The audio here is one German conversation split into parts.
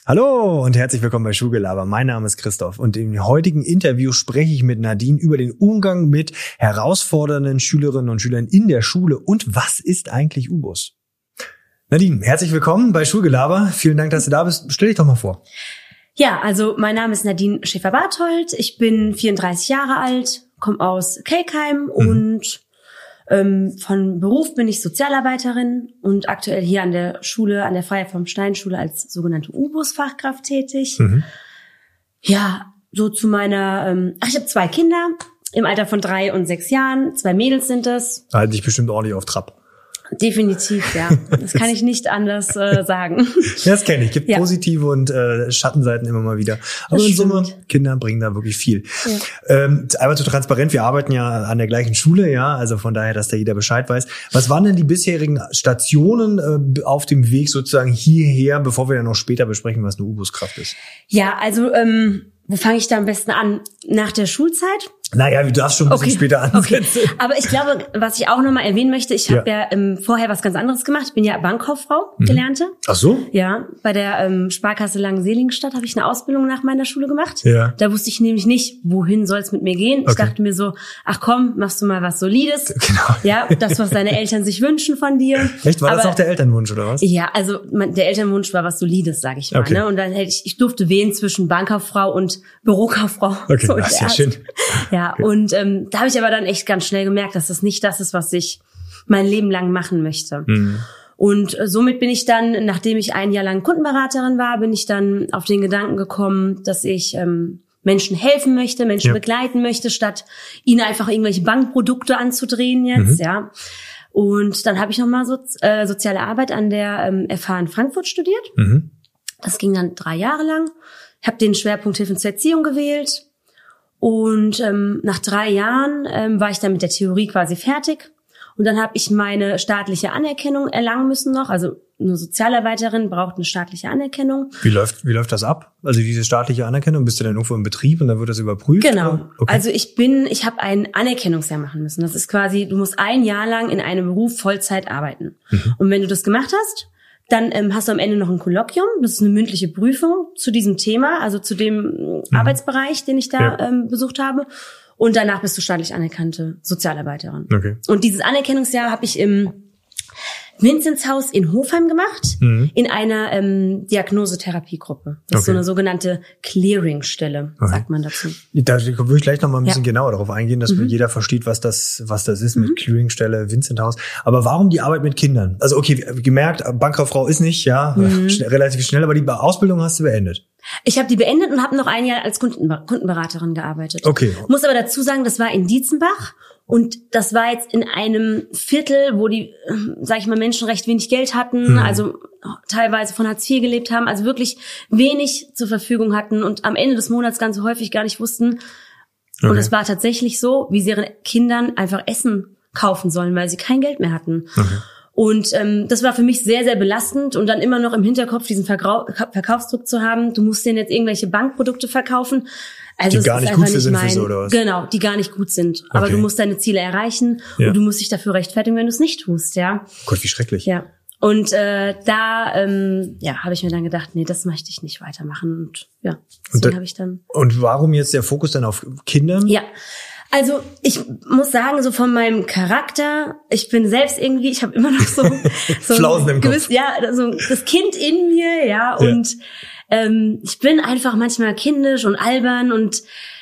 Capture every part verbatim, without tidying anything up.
Hallo und herzlich willkommen bei Schulgelaber. Mein Name ist Christoph und im heutigen Interview spreche ich mit Nadine über den Umgang mit herausfordernden Schülerinnen und Schülern in der Schule und was ist eigentlich U B U S? Nadine, herzlich willkommen bei Schulgelaber. Vielen Dank, dass du da bist. Stell dich doch mal vor. Ja, also mein Name ist Nadine Schäfer-Barthold. Ich bin vierunddreißig Jahre alt, komme aus Kelkheim mhm. und ähm, von Beruf bin ich Sozialarbeiterin und aktuell hier an der Schule, an der Freiherr vom Stein Schule als sogenannte U B U S-Fachkraft tätig. Mhm. Ja, so zu meiner, ähm, ach, ich habe zwei Kinder im Alter von drei und sechs Jahren. Zwei Mädels sind das. Halten dich bestimmt ordentlich auf Trab. Definitiv, ja. Das kann ich nicht anders äh, sagen. Ja, das kenne ich. Gibt ja. positive und äh, Schattenseiten immer mal wieder. Aber das in Summe, Kinder bringen da wirklich viel. Ja. Ähm, einmal zu transparent, wir arbeiten ja an der gleichen Schule, ja, also von daher, dass da jeder Bescheid weiß. Was waren denn die bisherigen Stationen äh, auf dem Weg sozusagen hierher, bevor wir dann noch später besprechen, was eine U B U S-Kraft ist? Ja, also ähm, wo fange ich da am besten an? Nach der Schulzeit? Naja, du darfst schon ein bisschen okay. später ansetzen. Okay. Aber ich glaube, was ich auch nochmal erwähnen möchte, ich habe ja, ja ähm, vorher was ganz anderes gemacht. Ich bin ja Bankkauffrau, mhm. gelernte. Ach so? Ja, bei der ähm, Sparkasse Langen-Seligenstadt habe ich eine Ausbildung nach meiner Schule gemacht. Ja. Da wusste ich nämlich nicht, wohin soll es mit mir gehen. Ich okay. dachte mir so, ach komm, machst du mal was Solides. Genau. Ja, das, was deine Eltern sich wünschen von dir. Echt? War Aber, das auch der Elternwunsch, oder was? Ja, also mein, der Elternwunsch war was Solides, sage ich mal. Okay. Ne? Und dann hätte ich, ich durfte wählen zwischen Bankkauffrau und Bürokauffrau. Okay, so das ist ja schön. Ja, okay. und ähm, da habe ich aber dann echt ganz schnell gemerkt, dass das nicht das ist, was ich mein Leben lang machen möchte. Mhm. Und äh, somit bin ich dann, nachdem ich ein Jahr lang Kundenberaterin war, bin ich dann auf den Gedanken gekommen, dass ich ähm, Menschen helfen möchte, Menschen ja. begleiten möchte, statt ihnen einfach irgendwelche Bankprodukte anzudrehen jetzt, mhm. ja. Und dann habe ich nochmal so, äh, soziale Arbeit an der ähm, F H in Frankfurt studiert. Mhm. Das ging dann drei Jahre lang. Ich habe den Schwerpunkt Hilfe zur Erziehung gewählt. Und ähm, nach drei Jahren ähm, war ich dann mit der Theorie quasi fertig. Und dann habe ich meine staatliche Anerkennung erlangen müssen noch. Also eine Sozialarbeiterin braucht eine staatliche Anerkennung. Wie läuft wie läuft das ab? Also diese staatliche Anerkennung, bist du dann irgendwo im Betrieb und dann wird das überprüft? Genau. Okay. Also ich bin, ich habe ein Anerkennungsjahr machen müssen. Das ist quasi, du musst ein Jahr lang in einem Beruf Vollzeit arbeiten. Mhm. Und wenn du das gemacht hast, dann ähm, hast du am Ende noch ein Kolloquium. Das ist eine mündliche Prüfung zu diesem Thema, also zu dem mhm. Arbeitsbereich, den ich da ja. ähm, besucht habe. Und danach bist du staatlich anerkannte Sozialarbeiterin. Okay. Und dieses Anerkennungsjahr habe ich im Vinzenzhaus in Hofheim gemacht, mhm. in einer ähm, Diagnosetherapiegruppe. Das okay. ist so eine sogenannte Clearingstelle, okay. sagt man dazu. Da würde ich gleich noch mal ein bisschen ja. genauer darauf eingehen, dass mhm. jeder versteht, was das was das ist mhm. mit Clearingstelle, Vinzenzhaus. Aber warum die Arbeit mit Kindern? Also okay, gemerkt, Bankkauffrau ist nicht, ja, mhm. schnell, relativ schnell, aber die Ausbildung hast du beendet. Ich habe die beendet und habe noch ein Jahr als Kundenber- Kundenberaterin gearbeitet. Okay. Muss aber dazu sagen, das war in Dietzenbach. Und das war jetzt in einem Viertel, wo die, sag ich mal, Menschen recht wenig Geld hatten, mhm. also teilweise von Hartz vier gelebt haben, also wirklich wenig zur Verfügung hatten und am Ende des Monats ganz häufig gar nicht wussten. Okay. Und es war tatsächlich so, wie sie ihren Kindern einfach Essen kaufen sollen, weil sie kein Geld mehr hatten. Okay. Und ähm, das war für mich sehr, sehr belastend und dann immer noch im Hinterkopf diesen Vergrau- Verkaufsdruck zu haben, du musst denen jetzt irgendwelche Bankprodukte verkaufen. Also die gar nicht gut für sind für so, oder was? Genau, die gar nicht gut sind. Aber okay. du musst deine Ziele erreichen ja. und du musst dich dafür rechtfertigen, wenn du es nicht tust, ja. Gott, wie schrecklich. Ja. Und äh, da ähm, ja, habe ich mir dann gedacht, nee, das möchte ich nicht weitermachen. Und ja, deswegen habe ich dann. Und warum jetzt der Fokus dann auf Kindern? Ja. Also ich muss sagen, so von meinem Charakter, ich bin selbst irgendwie, ich habe immer noch so, so Flausen im gewiss, Kopf. ja, so das Kind in mir, ja, und ja. Ähm, ich bin einfach manchmal kindisch und albern und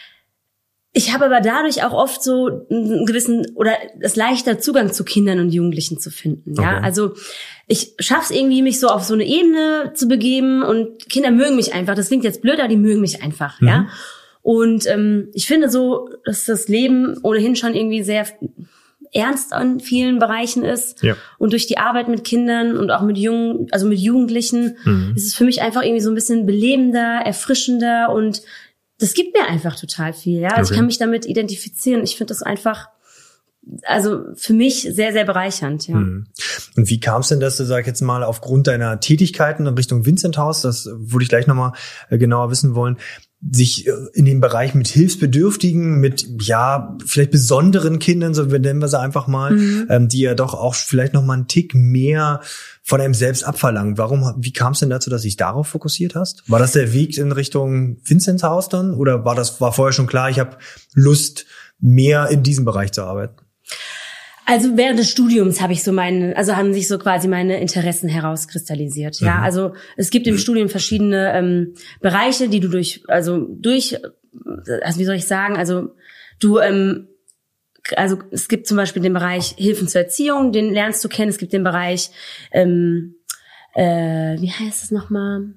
ich habe aber dadurch auch oft so einen gewissen oder es leichter Zugang zu Kindern und Jugendlichen zu finden. Ja, okay. Also ich schaff's irgendwie, mich so auf so eine Ebene zu begeben und Kinder mögen mich einfach. Das klingt jetzt blöd, aber die mögen mich einfach. Mhm. Ja, und ähm, ich finde so, dass das Leben ohnehin schon irgendwie sehr ernst an vielen Bereichen ist. Ja. Und durch die Arbeit mit Kindern und auch mit Jungen, also mit Jugendlichen, mhm. ist es für mich einfach irgendwie so ein bisschen belebender, erfrischender und das gibt mir einfach total viel. Ja, also okay. ich kann mich damit identifizieren. Ich finde das einfach also für mich sehr, sehr bereichernd, ja. Und wie kam es denn, dass du, sag ich jetzt mal, aufgrund deiner Tätigkeiten in Richtung Vincent-Haus, das würde ich gleich nochmal genauer wissen wollen, sich in dem Bereich mit Hilfsbedürftigen, mit, ja, vielleicht besonderen Kindern, so nennen wir sie einfach mal, mhm. ähm, die ja doch auch vielleicht noch mal einen Tick mehr von einem selbst abverlangen. Warum, wie kam es denn dazu, dass du dich darauf fokussiert hast? War das der Weg in Richtung Vincent-Haus dann? Oder war das, war vorher schon klar, ich habe Lust, mehr in diesem Bereich zu arbeiten? Also während des Studiums habe ich so meine, also haben sich so quasi meine Interessen herauskristallisiert. Ja, mhm. also es gibt im Studium verschiedene ähm, Bereiche, die du durch, also durch, also wie soll ich sagen, also du, ähm, also es gibt zum Beispiel den Bereich Hilfen zur Erziehung, den lernst du kennen. Es gibt den Bereich, ähm, äh, wie heißt es nochmal?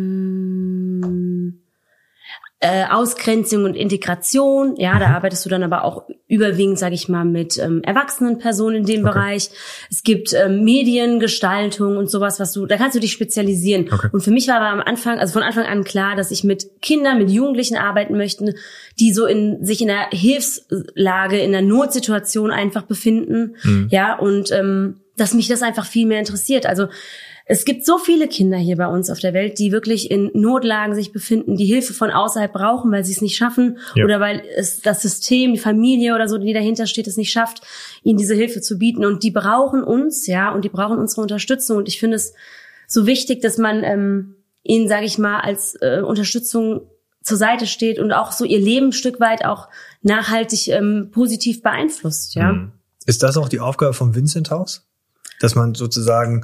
Hm, Äh, Ausgrenzung und Integration, ja, da arbeitest du dann aber auch überwiegend, sage ich mal, mit ähm, erwachsenen Personen in dem okay. Bereich. Es gibt ähm, Mediengestaltung und sowas, was du, da kannst du dich spezialisieren. Okay. Und für mich war aber am Anfang, also von Anfang an klar, dass ich mit Kindern, mit Jugendlichen arbeiten möchte, die so in sich in einer Hilfslage, in einer Notsituation einfach befinden, mhm. ja, und ähm, dass mich das einfach viel mehr interessiert. Also es gibt so viele Kinder hier bei uns auf der Welt, die wirklich in Notlagen sich befinden, die Hilfe von außerhalb brauchen, weil sie es nicht schaffen ja. oder weil es das System, die Familie oder so, die dahinter steht, es nicht schafft, ihnen diese Hilfe zu bieten. Und die brauchen uns, ja, und die brauchen unsere Unterstützung. Und ich finde es so wichtig, dass man ähm, ihnen, sage ich mal, als äh, Unterstützung zur Seite steht und auch so ihr Leben ein Stück weit auch nachhaltig ähm, positiv beeinflusst. Ja. Ist das auch die Aufgabe vom Vincent-Haus? Dass man sozusagen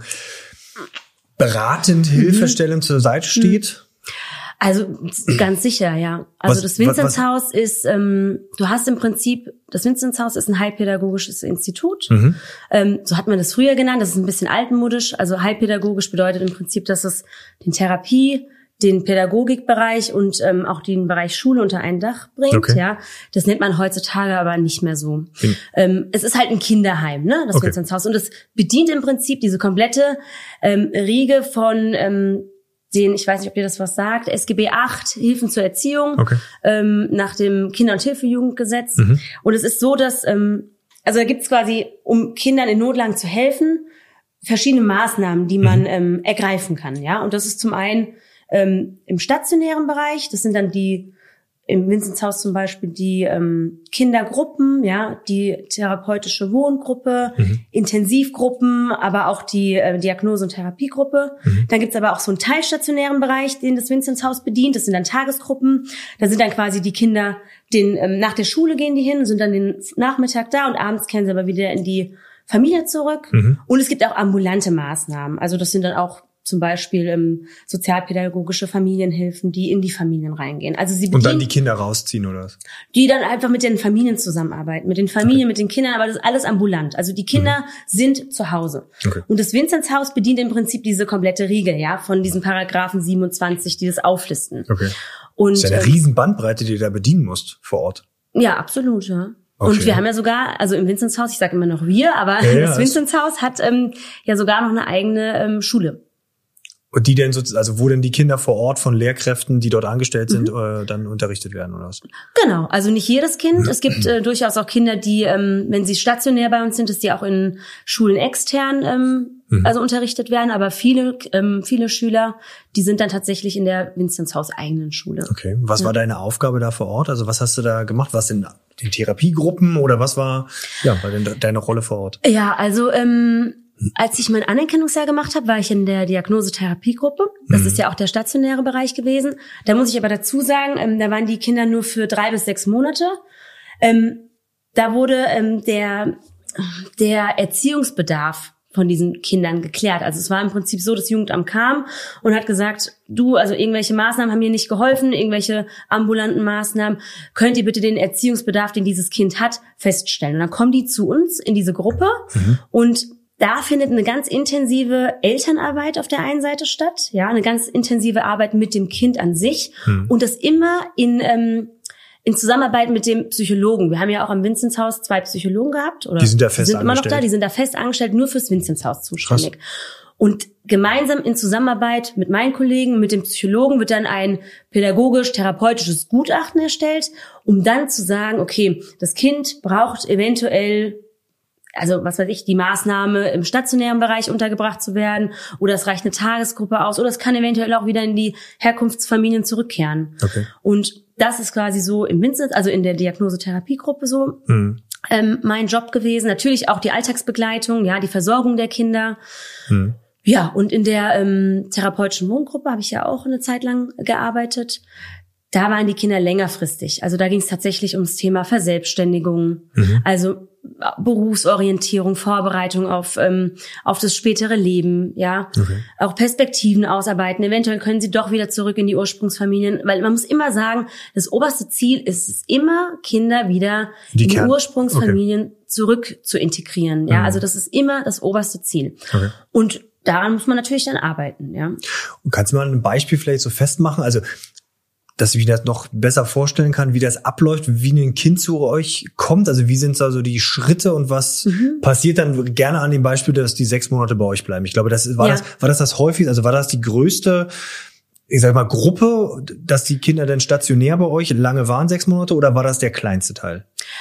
beratend, hilfestellend mhm. zur Seite steht? Also ganz sicher, ja. Also was, das Vinzenz-Haus ist, ähm, du hast im Prinzip, das Vinzenz-Haus ist ein heilpädagogisches Institut. Mhm. Ähm, so hat man das früher genannt, das ist ein bisschen altmodisch. Also heilpädagogisch bedeutet im Prinzip, dass es den Therapie, den Pädagogikbereich und ähm, auch den Bereich Schule unter ein Dach bringt. Okay. Ja, das nennt man heutzutage aber nicht mehr so. Mhm. Ähm, es ist halt ein Kinderheim, ne, das okay. Vinzenz-Haus. Und es bedient im Prinzip diese komplette ähm, Riege von ähm, den, ich weiß nicht, ob dir das was sagt, S G B acht, Hilfen zur Erziehung, okay. ähm, nach dem Kinder- und Hilfejugendgesetz. Mhm. Und es ist so, dass, ähm, also da gibt's quasi, um Kindern in Notlagen zu helfen, verschiedene Maßnahmen, die man mhm. ähm, ergreifen kann. Ja, und das ist zum einen Ähm, im stationären Bereich, das sind dann die, im Vinzenz-Haus zum Beispiel, die ähm, Kindergruppen, ja, die therapeutische Wohngruppe, mhm. Intensivgruppen, aber auch die äh, Diagnose- und Therapiegruppe. Mhm. Dann gibt's aber auch so einen teilstationären Bereich, den das Vinzenz-Haus bedient, das sind dann Tagesgruppen. Da sind dann quasi die Kinder, den ähm, nach der Schule gehen die hin, sind dann den Nachmittag da und abends kehren sie aber wieder in die Familie zurück. Mhm. Und es gibt auch ambulante Maßnahmen, also das sind dann auch zum Beispiel ähm, sozialpädagogische Familienhilfen, die in die Familien reingehen. Also sie und dann die Kinder rausziehen, oder was? Die dann einfach mit den Familien zusammenarbeiten, mit den Familien, okay. mit den Kindern, aber das ist alles ambulant. Also die Kinder mhm. sind zu Hause. Okay. Und das Vinzenz-Haus bedient im Prinzip diese komplette Riege, ja, von diesen Paragraphen siebenundzwanzig, die das auflisten. Okay. Und, das ist ja eine äh, riesen Bandbreite, die du da bedienen musst vor Ort. Ja, absolut, ja. Okay. Und wir haben ja sogar, also im Vinzenz-Haus, ich sage immer noch wir, aber ja, ja, das Vinzenz-Haus hat ähm, ja sogar noch eine eigene ähm, Schule. Und die denn so, also wo denn die Kinder vor Ort von Lehrkräften, die dort angestellt sind, mhm. äh, dann unterrichtet werden oder was? Genau, also nicht jedes Kind. Es gibt äh, durchaus auch Kinder, die, ähm, wenn sie stationär bei uns sind, dass die auch in Schulen extern ähm, mhm. also unterrichtet werden. Aber viele ähm, viele Schüler, die sind dann tatsächlich in der Vinzenz-Haus eigenen Schule. Okay, was ja. war deine Aufgabe da vor Ort? Also was hast du da gemacht? Was in den Therapiegruppen oder was war ja war denn deine Rolle vor Ort? Ja, also ähm, als ich mein Anerkennungsjahr gemacht habe, war ich in der Diagnose-Therapiegruppe. Das mhm. ist ja auch der stationäre Bereich gewesen. Da muss ich aber dazu sagen, ähm, da waren die Kinder nur für drei bis sechs Monate. Ähm, da wurde ähm, der der Erziehungsbedarf von diesen Kindern geklärt. Also es war im Prinzip so, das Jugendamt kam und hat gesagt, du, also irgendwelche Maßnahmen haben mir nicht geholfen, irgendwelche ambulanten Maßnahmen, könnt ihr bitte den Erziehungsbedarf, den dieses Kind hat, feststellen. Und dann kommen die zu uns in diese Gruppe mhm. und da findet eine ganz intensive Elternarbeit auf der einen Seite statt, ja, eine ganz intensive Arbeit mit dem Kind an sich hm. und das immer in ähm, in Zusammenarbeit mit dem Psychologen. Wir haben ja auch am Vinzenz-Haus zwei Psychologen gehabt, oder? Die sind da fest die sind angestellt. immer noch da, die sind da fest angestellt, nur fürs Vinzenz-Haus zuständig. Krass. Und gemeinsam in Zusammenarbeit mit meinen Kollegen, mit dem Psychologen wird dann ein pädagogisch-therapeutisches Gutachten erstellt, um dann zu sagen, okay, das Kind braucht eventuell also was weiß ich, die Maßnahme im stationären Bereich untergebracht zu werden, oder es reicht eine Tagesgruppe aus, oder es kann eventuell auch wieder in die Herkunftsfamilien zurückkehren. Okay. Und das ist quasi so im Vincent, also in der Diagnosetherapiegruppe so mhm. ähm, mein Job gewesen. Natürlich auch die Alltagsbegleitung, ja, die Versorgung der Kinder. Mhm. Ja, und in der ähm, therapeutischen Wohngruppe habe ich ja auch eine Zeit lang gearbeitet. Da waren die Kinder längerfristig. Also da ging es tatsächlich ums Thema Verselbstständigung, mhm. also Berufsorientierung, Vorbereitung auf ähm, auf das spätere Leben, ja, okay. auch Perspektiven ausarbeiten. Eventuell können sie doch wieder zurück in die Ursprungsfamilien, weil man muss immer sagen, das oberste Ziel ist es immer, Kinder wieder die in die Kern- Ursprungsfamilien okay. zurück zu integrieren. Ja, mhm. also das ist immer das oberste Ziel. Okay. Und daran muss man natürlich dann arbeiten, ja. Und kannst du mal ein Beispiel vielleicht so festmachen? Also dass ich mir das noch besser vorstellen kann, wie das abläuft, wie ein Kind zu euch kommt. Also wie sind da so die Schritte und was mhm. passiert dann gerne an dem Beispiel, dass die sechs Monate bei euch bleiben? Ich glaube, das war ja. das war das das häufig, also war das die größte, ich sag mal, Gruppe, dass die Kinder dann stationär bei euch lange waren, sechs Monate, oder war das der kleinste Teil?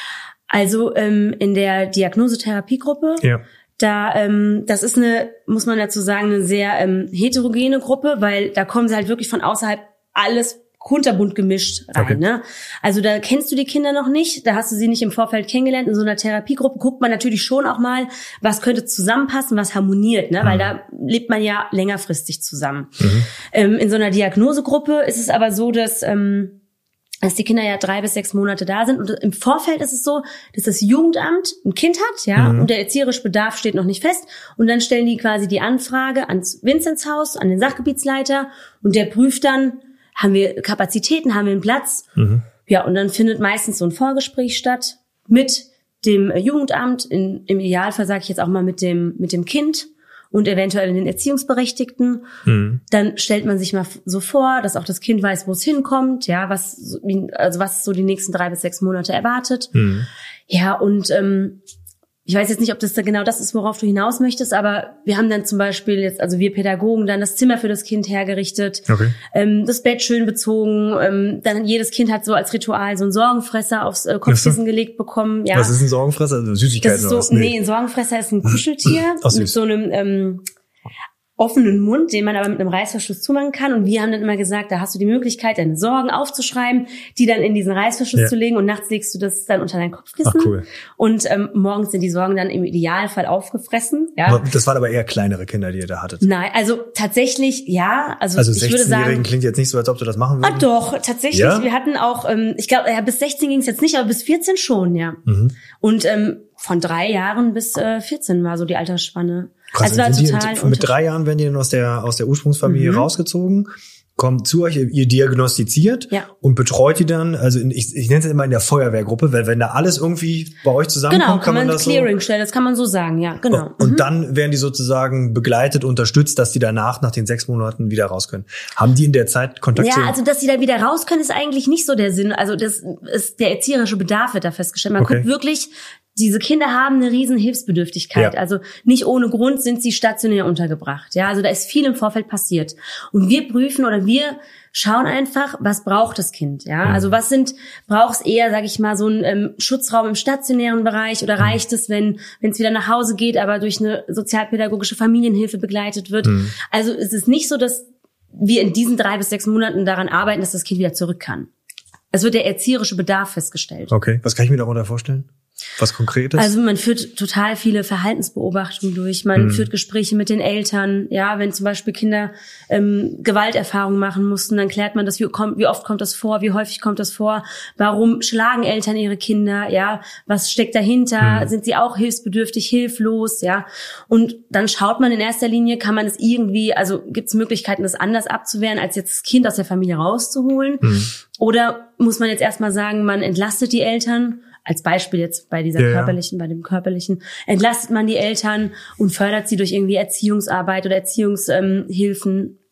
Also ähm, in der Diagnosetherapiegruppe, ja. Da, ähm, das ist eine, muss man dazu sagen, eine sehr ähm, heterogene Gruppe, weil da kommen sie halt wirklich von außerhalb alles kunterbunt gemischt rein, okay. ne? Also da kennst du die Kinder noch nicht, da hast du sie nicht im Vorfeld kennengelernt. In so einer Therapiegruppe guckt man natürlich schon auch mal, was könnte zusammenpassen, was harmoniert, ne? Mhm. Weil da lebt man ja längerfristig zusammen. Mhm. Ähm, in so einer Diagnosegruppe ist es aber so, dass ähm, dass die Kinder ja drei bis sechs Monate da sind. Und im Vorfeld ist es so, dass das Jugendamt ein Kind hat, ja, mhm. und der erzieherische Bedarf steht noch nicht fest. Und dann stellen die quasi die Anfrage ans Vinzenz-Haus, an den Sachgebietsleiter, und der prüft dann, haben wir Kapazitäten, haben wir einen Platz? Mhm. Ja, und dann findet meistens so ein Vorgespräch statt mit dem Jugendamt, in, im Idealfall sage ich jetzt auch mal mit dem mit dem Kind und eventuell den Erziehungsberechtigten. Mhm. Dann stellt man sich mal so vor, dass auch das Kind weiß, wo es hinkommt, ja, was also was so die nächsten drei bis sechs Monate erwartet. Mhm. Ja, und ähm, ich weiß jetzt nicht, ob das da genau das ist, worauf du hinaus möchtest, aber wir haben dann zum Beispiel jetzt, also wir Pädagogen, dann das Zimmer für das Kind hergerichtet, okay. ähm, das Bett schön bezogen, ähm, dann jedes Kind hat so als Ritual so einen Sorgenfresser aufs äh, Kopfkissen gelegt bekommen. Ja. Was ist ein Sorgenfresser? Also Süßigkeiten das ist so, oder was? Nee. nee, ein Sorgenfresser ist ein Kuscheltier Ach, mit so einem ähm, offenen Mund, den man aber mit einem Reißverschluss zumachen kann. Und wir haben dann immer gesagt, da hast du die Möglichkeit, deine Sorgen aufzuschreiben, die dann in diesen Reißverschluss ja. zu legen, und nachts legst du das dann unter dein Kopfkissen. Ach, cool. Und ähm, morgens sind die Sorgen dann im Idealfall aufgefressen. Ja. Das waren aber eher kleinere Kinder, die ihr da hattet. Nein, also tatsächlich, ja. Also, also ich würde sagen, klingt jetzt nicht so, als ob du das machen würdest. Ah, doch, tatsächlich. Ja? Wir hatten auch, ähm, ich glaube, ja, bis sechzehn ging es jetzt nicht, aber bis vierzehn schon, ja. Mhm. Und ähm, von drei Jahren bis äh, vierzehn war so die Altersspanne. Krass, also war total die, mit drei Jahren werden die dann aus der aus der Ursprungsfamilie mhm. rausgezogen, kommt zu euch, ihr diagnostiziert ja. und betreut die dann, also in, ich, ich nenne es immer in der Feuerwehrgruppe, weil wenn da alles irgendwie bei euch zusammenkommt, genau, kann man, man das Clearing stellen, das kann man so sagen, ja, genau. Und mhm. dann werden die sozusagen begleitet, unterstützt, dass die danach, nach den sechs Monaten wieder raus können. Haben die in der Zeit Kontakt zu? Ja, also dass die da wieder raus können, ist eigentlich nicht so der Sinn. Also das ist der erzieherische Bedarf, wird da festgestellt. Man okay. guckt wirklich, diese Kinder haben eine riesen Hilfsbedürftigkeit. Ja. Also nicht ohne Grund sind sie stationär untergebracht. Ja, also da ist viel im Vorfeld passiert. Und wir prüfen oder wir schauen einfach, was braucht das Kind? Ja, mhm. also was sind, braucht es eher, sage ich mal, so einen ähm, Schutzraum im stationären Bereich, oder mhm. reicht es, wenn wenn es wieder nach Hause geht, aber durch eine sozialpädagogische Familienhilfe begleitet wird? Mhm. Also es ist nicht so, dass wir in diesen drei bis sechs Monaten daran arbeiten, dass das Kind wieder zurück kann. Es wird der erzieherische Bedarf festgestellt. Okay, was kann ich mir darunter vorstellen? Was Konkretes? Also man führt total viele Verhaltensbeobachtungen durch. Man mhm. führt Gespräche mit den Eltern. Ja, wenn zum Beispiel Kinder ähm, Gewalterfahrungen machen mussten, dann klärt man das, wie, kommt, wie oft kommt das vor, wie häufig kommt das vor, warum schlagen Eltern ihre Kinder, ja, was steckt dahinter, mhm. sind sie auch hilfsbedürftig, hilflos, ja. Und dann schaut man in erster Linie, kann man es irgendwie, also gibt es Möglichkeiten, das anders abzuwehren, als jetzt das Kind aus der Familie rauszuholen? Mhm. Oder muss man jetzt erstmal sagen, man entlastet die Eltern? Als Beispiel jetzt bei dieser ja, körperlichen, bei dem körperlichen, entlastet man die Eltern und fördert sie durch irgendwie Erziehungsarbeit oder Erziehungshilfen.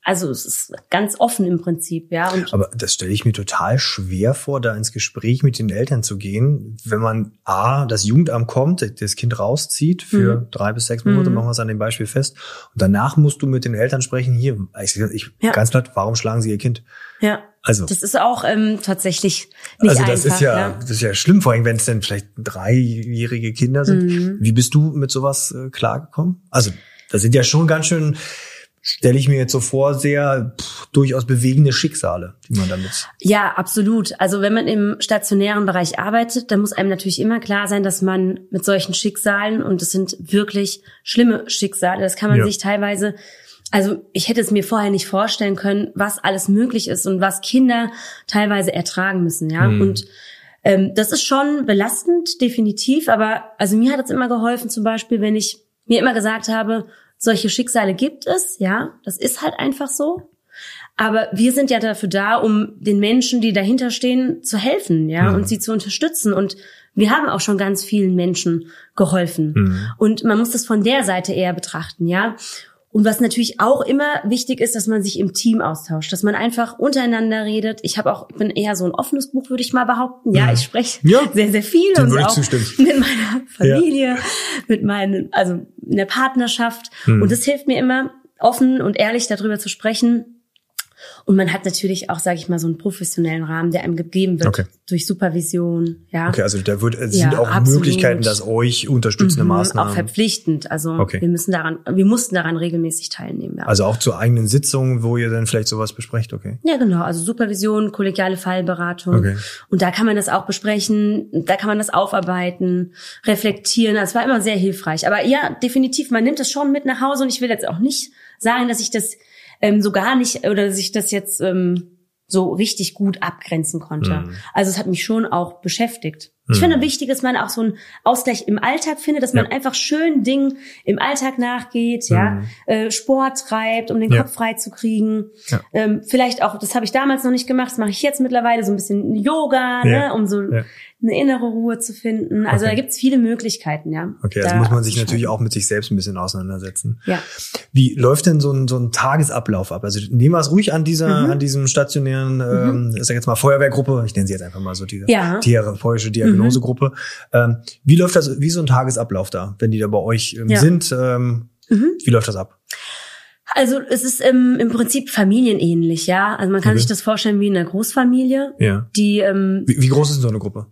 also es ist ganz offen im Prinzip, ja. Und aber das stelle ich mir total schwer vor, da ins Gespräch mit den Eltern zu gehen, wenn man A, das Jugendamt kommt, das Kind rauszieht für mhm. drei bis sechs Monate, mhm. machen wir es an dem Beispiel fest. Und danach musst du mit den Eltern sprechen, hier, ich, ich ja. ganz platt, warum schlagen sie ihr Kind? Ja. Also. Das ist auch ähm, tatsächlich nicht also das einfach. Ist ja, ja, das ist ja schlimm, vor allem wenn es dann vielleicht dreijährige Kinder sind. Mhm. Wie bist du mit sowas äh, klargekommen? Also, das sind ja schon ganz schön, stelle ich mir jetzt so vor, sehr pff, durchaus bewegende Schicksale, die man damit... Ja, absolut. Also wenn man im stationären Bereich arbeitet, dann muss einem natürlich immer klar sein, dass man mit solchen Schicksalen, und das sind wirklich schlimme Schicksale, das kann man ja. sich teilweise... Also ich hätte es mir vorher nicht vorstellen können, was alles möglich ist und was Kinder teilweise ertragen müssen, ja. Mhm. Und ähm, das ist schon belastend, definitiv. Aber also mir hat es immer geholfen, zum Beispiel, wenn ich mir immer gesagt habe, solche Schicksale gibt es, ja. Das ist halt einfach so. Aber wir sind ja dafür da, um den Menschen, die dahinter stehen, zu helfen, ja, mhm. und sie zu unterstützen. Und wir haben auch schon ganz vielen Menschen geholfen. Mhm. Und man muss das von der Seite eher betrachten, ja. Und was natürlich auch immer wichtig ist, dass man sich im Team austauscht, dass man einfach untereinander redet. Ich habe auch, bin eher so ein offenes Buch, würde ich mal behaupten. Ja, ich spreche ja. sehr, sehr viel Dem und würde ich auch zustimmen. mit meiner Familie, ja. mit meinen, also in der Partnerschaft. Mhm. Und das hilft mir immer, offen und ehrlich darüber zu sprechen. Und man hat natürlich auch, sage ich mal, so einen professionellen Rahmen, der einem gegeben wird okay. durch Supervision. Ja. Okay, also da wird, es sind ja, auch absolut. Möglichkeiten, dass euch unterstützende mhm, Maßnahmen. Auch verpflichtend. Also okay. wir müssen daran, wir mussten daran regelmäßig teilnehmen. Ja. Also auch zu eigenen Sitzungen, wo ihr dann vielleicht sowas besprecht, okay? Ja, genau. Also Supervision, kollegiale Fallberatung. Okay. Und da kann man das auch besprechen, da kann man das aufarbeiten, reflektieren. Das war immer sehr hilfreich. Aber ja, definitiv, man nimmt das schon mit nach Hause, und ich will jetzt auch nicht sagen, dass ich das Ähm, so gar nicht, oder dass ich das jetzt ähm, so richtig gut abgrenzen konnte. Mm. Also es hat mich schon auch beschäftigt. Mm. Ich finde, wichtig ist, man auch so einen Ausgleich im Alltag findet, dass man ja. einfach schön Dingen im Alltag nachgeht, mm. ja, äh, Sport treibt, um den ja. Kopf frei zu kriegen. Ja. Ähm, vielleicht auch, das habe ich damals noch nicht gemacht, das mache ich jetzt mittlerweile, so ein bisschen Yoga, ja. ne, um so ja. eine innere Ruhe zu finden. Also okay. da gibt's viele Möglichkeiten, ja. Okay, also da muss man sich natürlich auch mit sich selbst ein bisschen auseinandersetzen. Ja. Wie läuft denn so ein, so ein Tagesablauf ab? Also nehmen wir es ruhig an dieser, mhm. an diesem stationären, ähm, mhm. ich sag jetzt mal Feuerwehrgruppe, ich nenne sie jetzt einfach mal so diese ja. therapeutische Diagnosegruppe. Mhm. Ähm, wie läuft das, wie so ein Tagesablauf da, wenn die da bei euch ähm, ja. sind? Ähm, mhm. Wie läuft das ab? Also es ist im, im Prinzip familienähnlich, ja. Also man kann okay. sich das vorstellen wie in einer Großfamilie. Ja. Die ähm, wie, wie groß ist denn so eine Gruppe?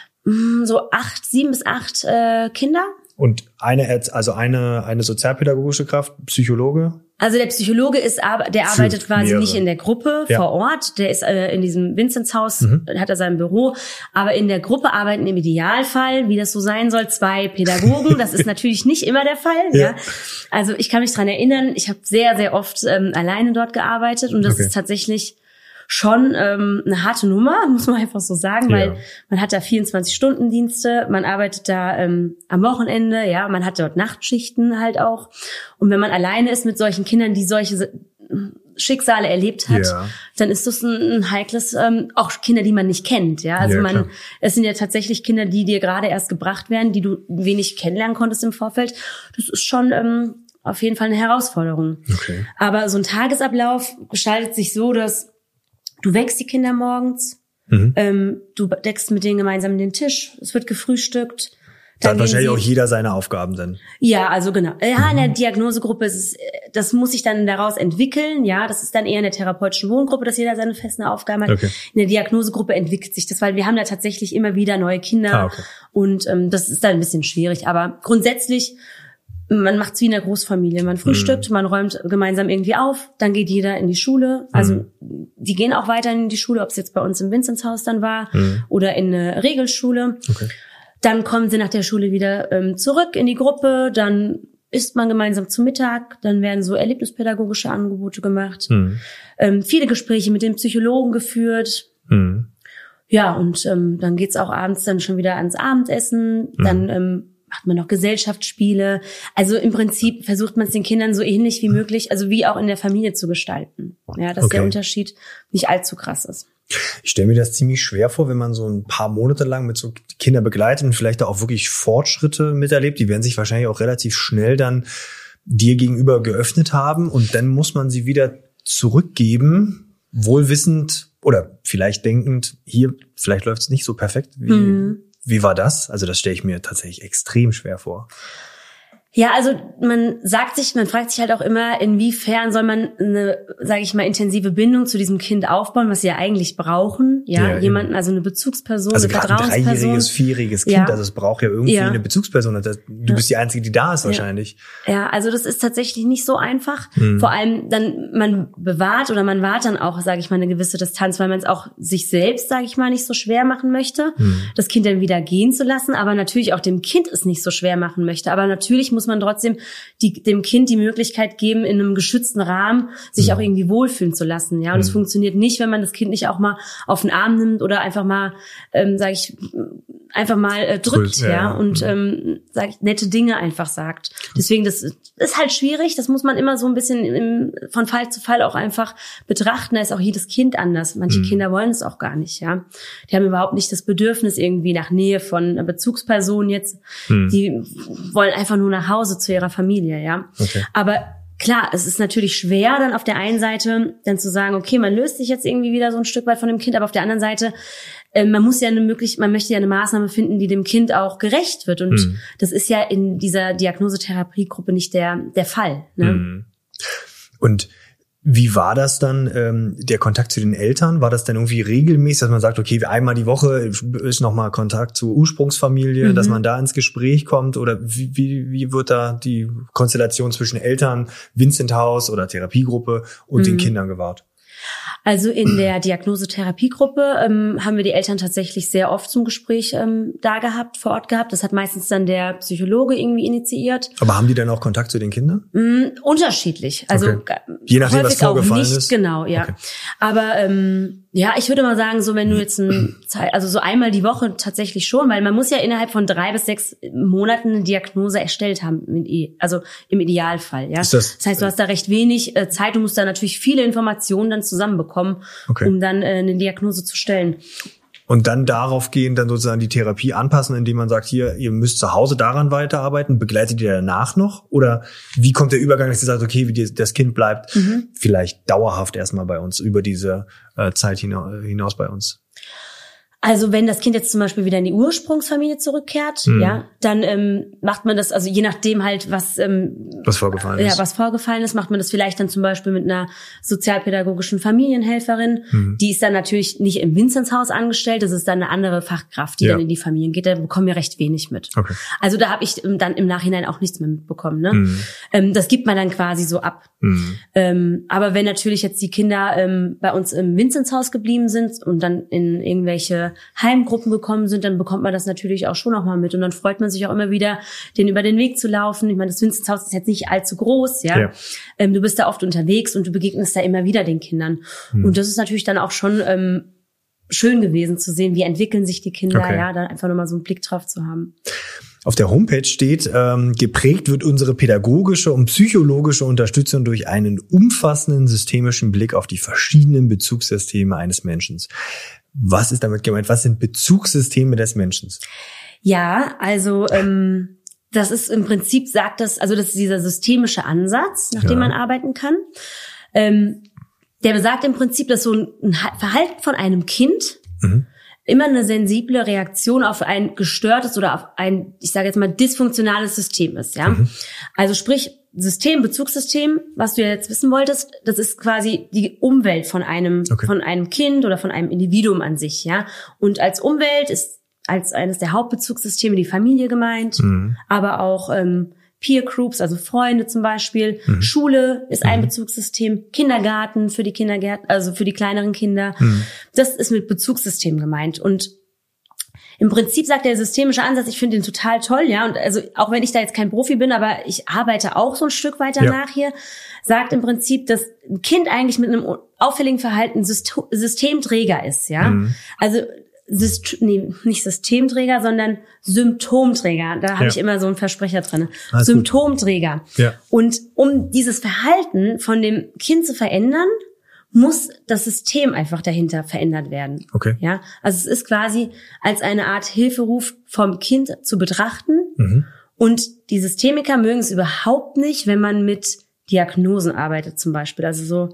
So acht, sieben bis acht äh, Kinder. Und eine, also eine, eine sozialpädagogische Kraft, Psychologe? Also der Psychologe ist, der arbeitet quasi mehrere. Nicht in der Gruppe ja. vor Ort. Der ist äh, in diesem Vinzenzhaus, mhm. hat er sein Büro. Aber in der Gruppe arbeiten im Idealfall, wie das so sein soll, zwei Pädagogen. Das ist natürlich nicht immer der Fall. Ja. ja. Also ich kann mich dran erinnern, ich habe sehr, sehr oft ähm, alleine dort gearbeitet. Und das okay. ist tatsächlich schon ähm, eine harte Nummer, muss man einfach so sagen, ja. weil man hat da vierundzwanzig-Stunden-Dienste, man arbeitet da ähm, am Wochenende, ja, man hat dort Nachtschichten halt auch. Und wenn man alleine ist mit solchen Kindern, die solche Schicksale erlebt hat, ja. dann ist das ein, ein heikles, ähm, auch Kinder, die man nicht kennt, ja. Also ja, man, es sind ja tatsächlich Kinder, die dir gerade erst gebracht werden, die du wenig kennenlernen konntest im Vorfeld. Das ist schon ähm, auf jeden Fall eine Herausforderung. Okay. Aber so ein Tagesablauf gestaltet sich so, dass du wächst die Kinder morgens, mhm. ähm, du deckst mit denen gemeinsam den Tisch, es wird gefrühstückt. Da hat wahrscheinlich auch jeder seine Aufgaben dann. Ja, also genau. Ja, in der Diagnosegruppe ist es, das muss sich dann daraus entwickeln. Ja, das ist dann eher in der therapeutischen Wohngruppe, dass jeder seine festen Aufgaben hat. Okay. In der Diagnosegruppe entwickelt sich das, weil wir haben da tatsächlich immer wieder neue Kinder. Ah, okay. Und ähm, das ist dann ein bisschen schwierig. Aber grundsätzlich, man macht's wie in einer Großfamilie. Man frühstückt, mhm. man räumt gemeinsam irgendwie auf, dann geht jeder in die Schule. Also mhm. die gehen auch weiter in die Schule, ob es jetzt bei uns im Vinzenzhaus dann war mhm. oder in eine Regelschule. Okay. Dann kommen sie nach der Schule wieder ähm, zurück in die Gruppe, dann isst man gemeinsam zu Mittag, dann werden so erlebnispädagogische Angebote gemacht, mhm. ähm, viele Gespräche mit dem Psychologen geführt. Mhm. Ja, und ähm, dann geht's auch abends dann schon wieder ans Abendessen, mhm. dann ähm, macht man noch Gesellschaftsspiele. Also im Prinzip versucht man es den Kindern so ähnlich wie möglich, also wie auch in der Familie zu gestalten. Ja, dass okay. der Unterschied nicht allzu krass ist. Ich stelle mir das ziemlich schwer vor, wenn man so ein paar Monate lang mit so Kindern begleitet und vielleicht auch wirklich Fortschritte miterlebt. Die werden sich wahrscheinlich auch relativ schnell dann dir gegenüber geöffnet haben und dann muss man sie wieder zurückgeben, wohlwissend oder vielleicht denkend, hier, vielleicht läuft es nicht so perfekt. Wie, mhm. wie war das? Also das stelle ich mir tatsächlich extrem schwer vor. Ja, also man sagt sich, man fragt sich halt auch immer, inwiefern soll man eine, sage ich mal, intensive Bindung zu diesem Kind aufbauen, was sie ja eigentlich brauchen. Ja, ja jemanden, also eine Bezugsperson, also eine Vertrauensperson. Also ein dreijähriges, vierjähriges Kind, ja. also es braucht ja irgendwie ja. eine Bezugsperson. Du ja. bist die Einzige, die da ist wahrscheinlich. Ja, ja also das ist tatsächlich nicht so einfach. Hm. Vor allem dann, man bewahrt oder man wahrt dann auch, sage ich mal, eine gewisse Distanz, weil man es auch sich selbst, sage ich mal, nicht so schwer machen möchte, hm. das Kind dann wieder gehen zu lassen, aber natürlich auch dem Kind es nicht so schwer machen möchte. Aber natürlich muss man trotzdem die, dem Kind die Möglichkeit geben, in einem geschützten Rahmen sich ja. auch irgendwie wohlfühlen zu lassen. Ja, und es mhm. funktioniert nicht, wenn man das Kind nicht auch mal auf den Arm nimmt oder einfach mal, ähm, sage ich, einfach mal äh, drückt, ja, ja und mhm. ähm, sag ich, nette Dinge einfach sagt. Deswegen, das ist halt schwierig. Das muss man immer so ein bisschen im, von Fall zu Fall auch einfach betrachten. Da ist auch jedes Kind anders. Manche mhm. Kinder wollen es auch gar nicht. Ja, die haben überhaupt nicht das Bedürfnis irgendwie nach Nähe von einer Bezugsperson jetzt. Mhm. Die wollen einfach nur nach Hause zu ihrer Familie, ja. Okay. Aber klar, es ist natürlich schwer, dann auf der einen Seite dann zu sagen, okay, man löst sich jetzt irgendwie wieder so ein Stück weit von dem Kind, aber auf der anderen Seite, äh, man muss ja eine möglich, man möchte ja eine Maßnahme finden, die dem Kind auch gerecht wird. Und mhm. das ist ja in dieser Diagnosetherapiegruppe nicht der der Fall. Ne? Mhm. Und wie war das dann, ähm, der Kontakt zu den Eltern? War das dann irgendwie regelmäßig, dass man sagt, okay, einmal die Woche ist nochmal Kontakt zur Ursprungsfamilie, mhm. dass man da ins Gespräch kommt? Oder wie, wie, wie wird da die Konstellation zwischen Eltern, Vincent-Haus oder Therapiegruppe und mhm. den Kindern gewahrt? Also in der Diagnosetherapiegruppe ähm, haben wir die Eltern tatsächlich sehr oft zum Gespräch ähm, da gehabt, vor Ort gehabt. Das hat meistens dann der Psychologe irgendwie initiiert. Aber haben die dann auch Kontakt zu den Kindern? Mm, unterschiedlich. Also okay. Je nachdem, was vorgefallen nicht, ist? Genau, ja. Okay. Aber ähm, ja, ich würde mal sagen, so wenn du jetzt ein, also so einmal die Woche tatsächlich schon, weil man muss ja innerhalb von drei bis sechs Monaten eine Diagnose erstellt haben, also im Idealfall. Ja, ist das, das heißt, du hast da recht wenig äh, Zeit, du musst da natürlich viele Informationen dann zusammenbekommen, okay. um dann äh, eine Diagnose zu stellen. Und dann darauf gehen, dann sozusagen die Therapie anpassen, indem man sagt, hier, ihr müsst zu Hause daran weiterarbeiten. Begleitet ihr danach noch? Oder wie kommt der Übergang, dass ihr sagt, okay, wie das Kind bleibt mhm. vielleicht dauerhaft erstmal bei uns, über diese äh, Zeit hinaus bei uns? Also wenn das Kind jetzt zum Beispiel wieder in die Ursprungsfamilie zurückkehrt, mhm. ja, dann ähm, macht man das, also je nachdem halt, was ähm, was vorgefallen ist. Ja, was vorgefallen ist, macht man das vielleicht dann zum Beispiel mit einer sozialpädagogischen Familienhelferin. Mhm. Die ist dann natürlich nicht im Vinzenz-Haus angestellt, das ist dann eine andere Fachkraft, die ja. dann in die Familien geht. Da bekommen wir recht wenig mit. Okay. Also da habe ich dann im Nachhinein auch nichts mehr mitbekommen. Ne? Mhm. Ähm, das gibt man dann quasi so ab. Mhm. Ähm, aber wenn natürlich jetzt die Kinder ähm, bei uns im Vinzenz-Haus geblieben sind und dann in irgendwelche Heimgruppen gekommen sind, dann bekommt man das natürlich auch schon noch mal mit und dann freut man sich auch immer wieder, denen über den Weg zu laufen. Ich meine, das Vinzenz-Haus ist jetzt nicht allzu groß, ja. ja. Ähm, du bist da oft unterwegs und du begegnest da immer wieder den Kindern. Hm. Und das ist natürlich dann auch schon ähm, schön gewesen zu sehen, wie entwickeln sich die Kinder, okay. ja, dann einfach nochmal so einen Blick drauf zu haben. Auf der Homepage steht, ähm, geprägt wird unsere pädagogische und psychologische Unterstützung durch einen umfassenden systemischen Blick auf die verschiedenen Bezugssysteme eines Menschen. Was ist damit gemeint? Was sind Bezugssysteme des Menschen? Ja, also ähm, das ist im Prinzip, sagt das, also das ist dieser systemische Ansatz, nach ja. dem man arbeiten kann. Ähm, der besagt im Prinzip, dass so ein Verhalten von einem Kind mhm. immer eine sensible Reaktion auf ein gestörtes oder auf ein, ich sage jetzt mal, dysfunktionales System ist. Ja, mhm. Also sprich, System, Bezugssystem, was du ja jetzt wissen wolltest, das ist quasi die Umwelt von einem, okay. von einem Kind oder von einem Individuum an sich, ja. Und als Umwelt ist als eines der Hauptbezugssysteme die Familie gemeint, mhm. aber auch ähm, Peer Groups, also Freunde zum Beispiel. Mhm. Schule ist ein mhm. Bezugssystem, Kindergarten für die Kindergärten, also für die kleineren Kinder. Mhm. Das ist mit Bezugssystem gemeint. Und im Prinzip sagt der systemische Ansatz, ich finde den total toll, ja, und also auch wenn ich da jetzt kein Profi bin, aber ich arbeite auch so ein Stück weit danach ja. hier, sagt im Prinzip, dass ein Kind eigentlich mit einem auffälligen Verhalten System- Systemträger ist, ja. Mhm. Also Syst- nee, nicht Systemträger, sondern Symptomträger. Da habe ja. ich immer so einen Versprecher drin. Alles Symptomträger. Ja. Und um dieses Verhalten von dem Kind zu verändern, muss das System einfach dahinter verändert werden. Okay. Ja, also es ist quasi als eine Art Hilferuf vom Kind zu betrachten. Mhm. Und die Systemiker mögen es überhaupt nicht, wenn man mit Diagnosen arbeitet zum Beispiel. Also so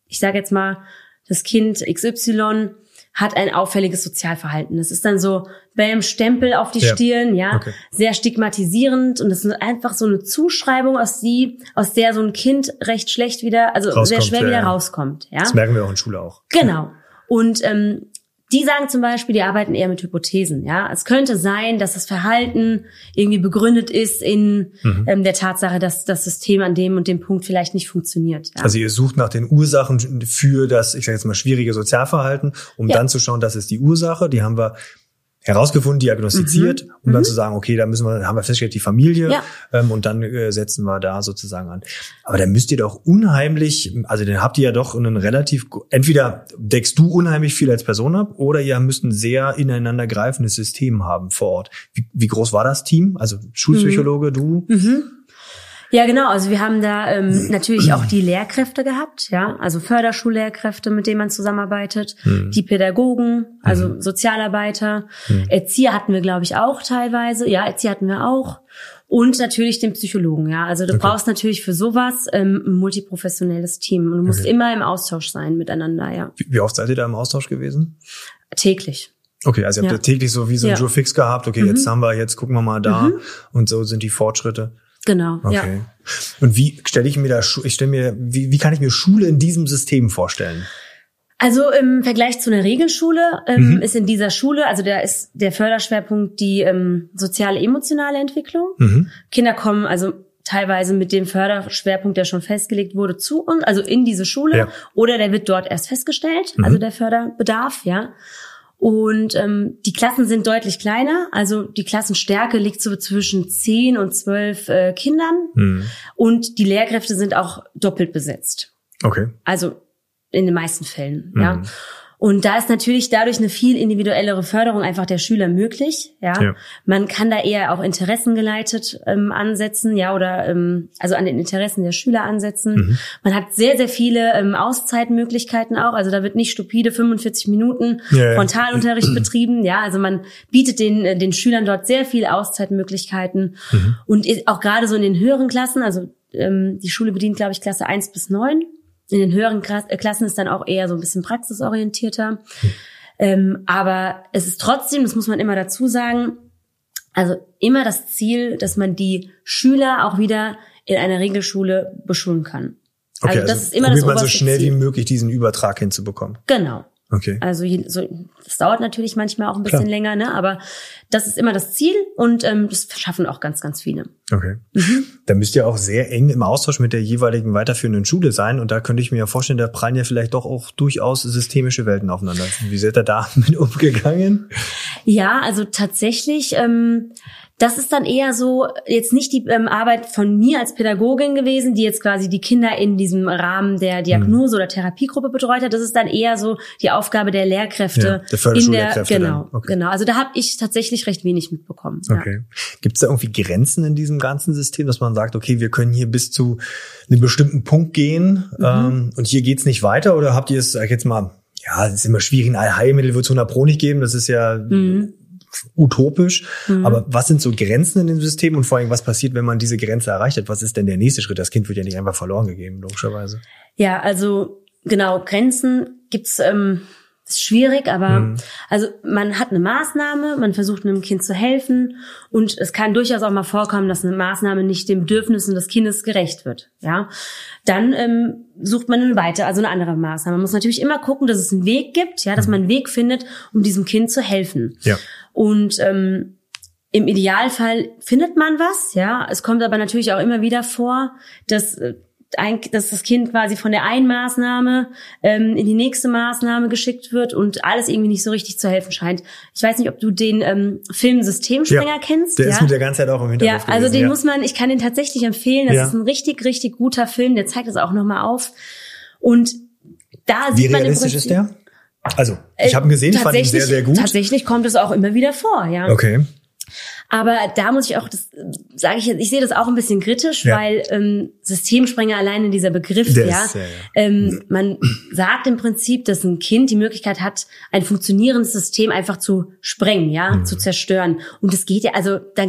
ich sage jetzt mal, das Kind X Y hat ein auffälliges Sozialverhalten. Das ist dann so, bam, Stempel auf die ja. Stirn, ja, okay. sehr stigmatisierend. Und das ist einfach so eine Zuschreibung, aus die, aus der so ein Kind recht schlecht wieder, also rauskommt, sehr schwer ja, wieder ja. rauskommt. Ja? Das merken wir auch in Schule auch. Genau. Und ähm, die sagen zum Beispiel, die arbeiten eher mit Hypothesen. Ja, es könnte sein, dass das Verhalten irgendwie begründet ist in mhm. ähm, der Tatsache, dass das System an dem und dem Punkt vielleicht nicht funktioniert. Ja? Also ihr sucht nach den Ursachen für das, ich sage jetzt mal, schwierige Sozialverhalten, um ja. dann zu schauen, das ist die Ursache. Die haben wir herausgefunden, diagnostiziert, mhm. um dann mhm. zu sagen, okay, da müssen wir, haben wir festgestellt, die Familie, ja. ähm, und dann äh, setzen wir da sozusagen an. Aber dann müsst ihr doch unheimlich, also dann habt ihr ja doch einen relativ, entweder deckst du unheimlich viel als Person ab, oder ihr müsst ein sehr ineinander greifendes System haben vor Ort. Wie, wie groß war das Team? Also Schulpsychologe, mhm. du? Mhm. Ja, genau. Also wir haben da ähm, natürlich auch die Lehrkräfte gehabt, ja, also Förderschullehrkräfte, mit denen man zusammenarbeitet, mhm. die Pädagogen, also mhm. Sozialarbeiter, mhm. Erzieher hatten wir, glaube ich, auch teilweise. Ja, Erzieher hatten wir auch. Und natürlich den Psychologen, ja. Also du okay. brauchst natürlich für sowas ähm, ein multiprofessionelles Team. Und du musst okay. immer im Austausch sein miteinander, ja. Wie, wie oft seid ihr da im Austausch gewesen? Täglich. Okay, also ihr habt ja. täglich so wie so ein ja. Jour fix gehabt. Okay, mhm. jetzt haben wir, jetzt gucken wir mal da. Mhm. Und so sind die Fortschritte. Genau, okay. ja. Und wie stelle ich mir da, ich stelle mir, wie, wie kann ich mir Schule in diesem System vorstellen? Also im Vergleich zu einer Regelschule ähm, mhm. ist in dieser Schule, also da ist der Förderschwerpunkt die ähm, soziale, emotionale Entwicklung. Mhm. Kinder kommen also teilweise mit dem Förderschwerpunkt, der schon festgelegt wurde, zu uns, also in diese Schule, ja. oder der wird dort erst festgestellt, mhm. also der Förderbedarf, ja. Und ähm, die Klassen sind deutlich kleiner, also die Klassenstärke liegt so zwischen zehn und zwölf äh, Kindern mhm. und die Lehrkräfte sind auch doppelt besetzt. Okay. Also in den meisten Fällen, mhm. ja. Und da ist natürlich dadurch eine viel individuellere Förderung einfach der Schüler möglich, ja. ja. Man kann da eher auch interessengeleitet ähm, ansetzen, ja, oder ähm, also an den Interessen der Schüler ansetzen. Mhm. Man hat sehr, sehr viele ähm, Auszeitmöglichkeiten auch. Also da wird nicht stupide fünfundvierzig Minuten ja, Frontalunterricht ja. betrieben, ja. Also man bietet den äh, den Schülern dort sehr viele Auszeitmöglichkeiten. Mhm. Und auch gerade so in den höheren Klassen, also ähm, die Schule bedient, glaube ich, Klasse eins bis neun. In den höheren Klassen ist dann auch eher so ein bisschen praxisorientierter. Hm. Ähm, aber es ist trotzdem, das muss man immer dazu sagen, also immer das Ziel, dass man die Schüler auch wieder in einer Regelschule beschulen kann. Okay, also das also ist immer das oberste Ziel. Probiert man so schnell wie möglich diesen Übertrag hinzubekommen. Genau. Okay. Also so, das dauert natürlich manchmal auch ein bisschen Klar. länger, ne? Aber das ist immer das Ziel und ähm, das schaffen auch ganz, ganz viele. Okay. Mhm. Da müsst ihr auch sehr eng im Austausch mit der jeweiligen weiterführenden Schule sein und da könnte ich mir ja vorstellen, da prallen ja vielleicht doch auch durchaus systemische Welten aufeinander. Wie seid ihr da mit umgegangen? Ja, also tatsächlich, ähm, das ist dann eher so jetzt nicht die ähm, Arbeit von mir als Pädagogin gewesen, die jetzt quasi die Kinder in diesem Rahmen der Diagnose mhm. oder Therapiegruppe betreut hat. Das ist dann eher so die Aufgabe der Lehrkräfte. Ja, der Förderschullehrkräfte. In der, genau, okay. genau. Also da habe ich tatsächlich recht wenig mitbekommen. Okay. Ja. Gibt es da irgendwie Grenzen in diesem ganzen System, dass man sagt, okay, wir können hier bis zu einem bestimmten Punkt gehen mhm. ähm, und hier geht's nicht weiter? Oder habt ihr es, sag ich jetzt mal, ja, es ist immer schwierig, ein Allheilmittel wird es hundert Pro nicht geben. Das ist ja mhm. utopisch. Mhm. Aber was sind so Grenzen in dem System und vor allem, was passiert, wenn man diese Grenze erreicht hat? Was ist denn der nächste Schritt? Das Kind wird ja nicht einfach verloren gegeben, logischerweise. Ja, also genau, Grenzen gibt's, ähm, ist schwierig, aber mhm. also man hat eine Maßnahme, man versucht einem Kind zu helfen und es kann durchaus auch mal vorkommen, dass eine Maßnahme nicht den Bedürfnissen des Kindes gerecht wird. Ja, dann ähm, sucht man eine weitere, also eine andere Maßnahme. Man muss natürlich immer gucken, dass es einen Weg gibt, ja, dass man einen Weg findet, um diesem Kind zu helfen. Ja. Und ähm, im Idealfall findet man was, ja. Es kommt aber natürlich auch immer wieder vor, dass äh, dass das Kind quasi von der einen Maßnahme ähm, in die nächste Maßnahme geschickt wird und alles irgendwie nicht so richtig zu helfen scheint. Ich weiß nicht, ob du den ähm, Film Systemsprenger ja, kennst. Der ja? ist mit der ganzen Zeit auch im Hintergrund Ja, also gewesen, den ja. muss man, ich kann den tatsächlich empfehlen. Das ja. ist ein richtig, richtig guter Film. Der zeigt das auch nochmal auf. Und da Wie sieht man im realistisch Prinzip, ist der? Also, ich habe ihn gesehen, ich fand ihn sehr, sehr gut. Tatsächlich kommt es auch immer wieder vor, ja. Okay. Aber da muss ich auch, das sage ich jetzt, ich sehe das auch ein bisschen kritisch, ja. weil ähm, Systemsprenger alleine dieser Begriff, das, ja, ja, ja. Ähm, man sagt im Prinzip, dass ein Kind die Möglichkeit hat, ein funktionierendes System einfach zu sprengen, ja, mhm. zu zerstören. Und das geht ja, also dann kann das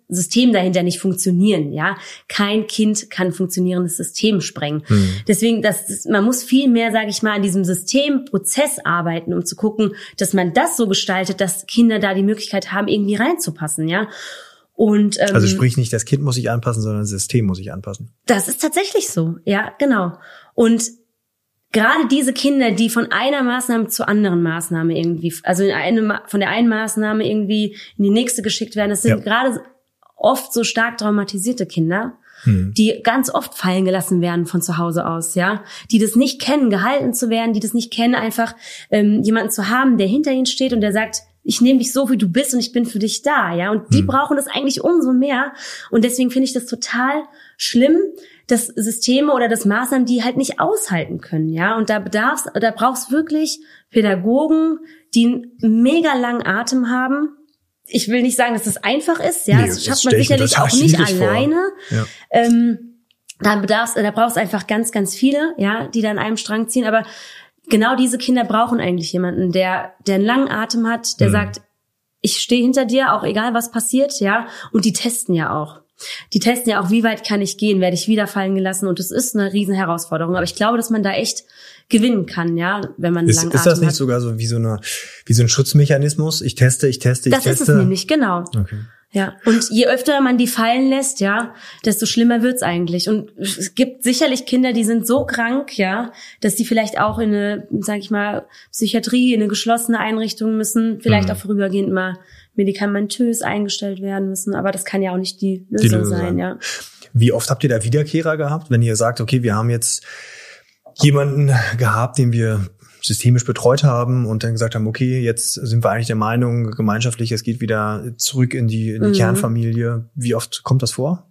System dahinter nicht funktionieren, ja. Kein Kind kann funktionierendes System sprengen. Mhm. Deswegen, das, das, man muss viel mehr, sage ich mal, an diesem Systemprozess arbeiten, um zu gucken, dass man das so gestaltet, dass Kinder da die Möglichkeit haben, irgendwie reinzupassen, ja. Und, ähm, also sprich nicht, das Kind muss sich anpassen, sondern das System muss sich anpassen. Das ist tatsächlich so, ja, genau. Und gerade diese Kinder, die von einer Maßnahme zur anderen Maßnahme irgendwie, also in eine, von der einen Maßnahme irgendwie in die nächste geschickt werden, das sind ja. gerade oft so stark traumatisierte Kinder, hm. die ganz oft fallen gelassen werden von zu Hause aus, ja, die das nicht kennen, gehalten zu werden, die das nicht kennen, einfach ähm, jemanden zu haben, der hinter ihnen steht und der sagt, ich nehme dich so, wie du bist und ich bin für dich da, ja, und die hm. brauchen das eigentlich umso mehr und deswegen finde ich das total schlimm, dass Systeme oder das Maßnahmen, die halt nicht aushalten können, ja, und da bedarf's, da brauchst wirklich Pädagogen, die einen mega langen Atem haben. Ich will nicht sagen, dass das einfach ist, ja, nee, das schafft man sicherlich auch nicht alleine. Ja. Ähm, da bedarf's, da brauchst einfach ganz, ganz viele, ja, die da an einem Strang ziehen. Aber genau diese Kinder brauchen eigentlich jemanden, der, der einen langen Atem hat, der mhm. sagt, ich stehe hinter dir, auch egal was passiert, ja. Und die testen ja auch. Die testen ja auch, wie weit kann ich gehen, werde ich wieder fallen gelassen. Und das ist eine riesen Herausforderung. Aber ich glaube, dass man da echt gewinnen kann, ja, wenn man einen langen Atem hat. Ist das nicht sogar so wie so eine, wie so ein Schutzmechanismus? Ich teste, ich teste, ich das teste. Das ist es nämlich, genau. Okay. Ja. Und je öfter man die fallen lässt, ja, desto schlimmer wird's eigentlich. Und es gibt sicherlich Kinder, die sind so krank, ja, dass die vielleicht auch in eine, sag ich mal, Psychiatrie, in eine geschlossene Einrichtung müssen, vielleicht mhm. auch vorübergehend mal medikamentös eingestellt werden müssen. Aber das kann ja auch nicht die Lösung, die Lösung sein, sein, ja. Wie oft habt ihr da Wiederkehrer gehabt, wenn ihr sagt, okay, wir haben jetzt jemanden gehabt, den wir systemisch betreut haben und dann gesagt haben, okay, jetzt sind wir eigentlich der Meinung, gemeinschaftlich, es geht wieder zurück in die, in die mhm. Kernfamilie. Wie oft kommt das vor?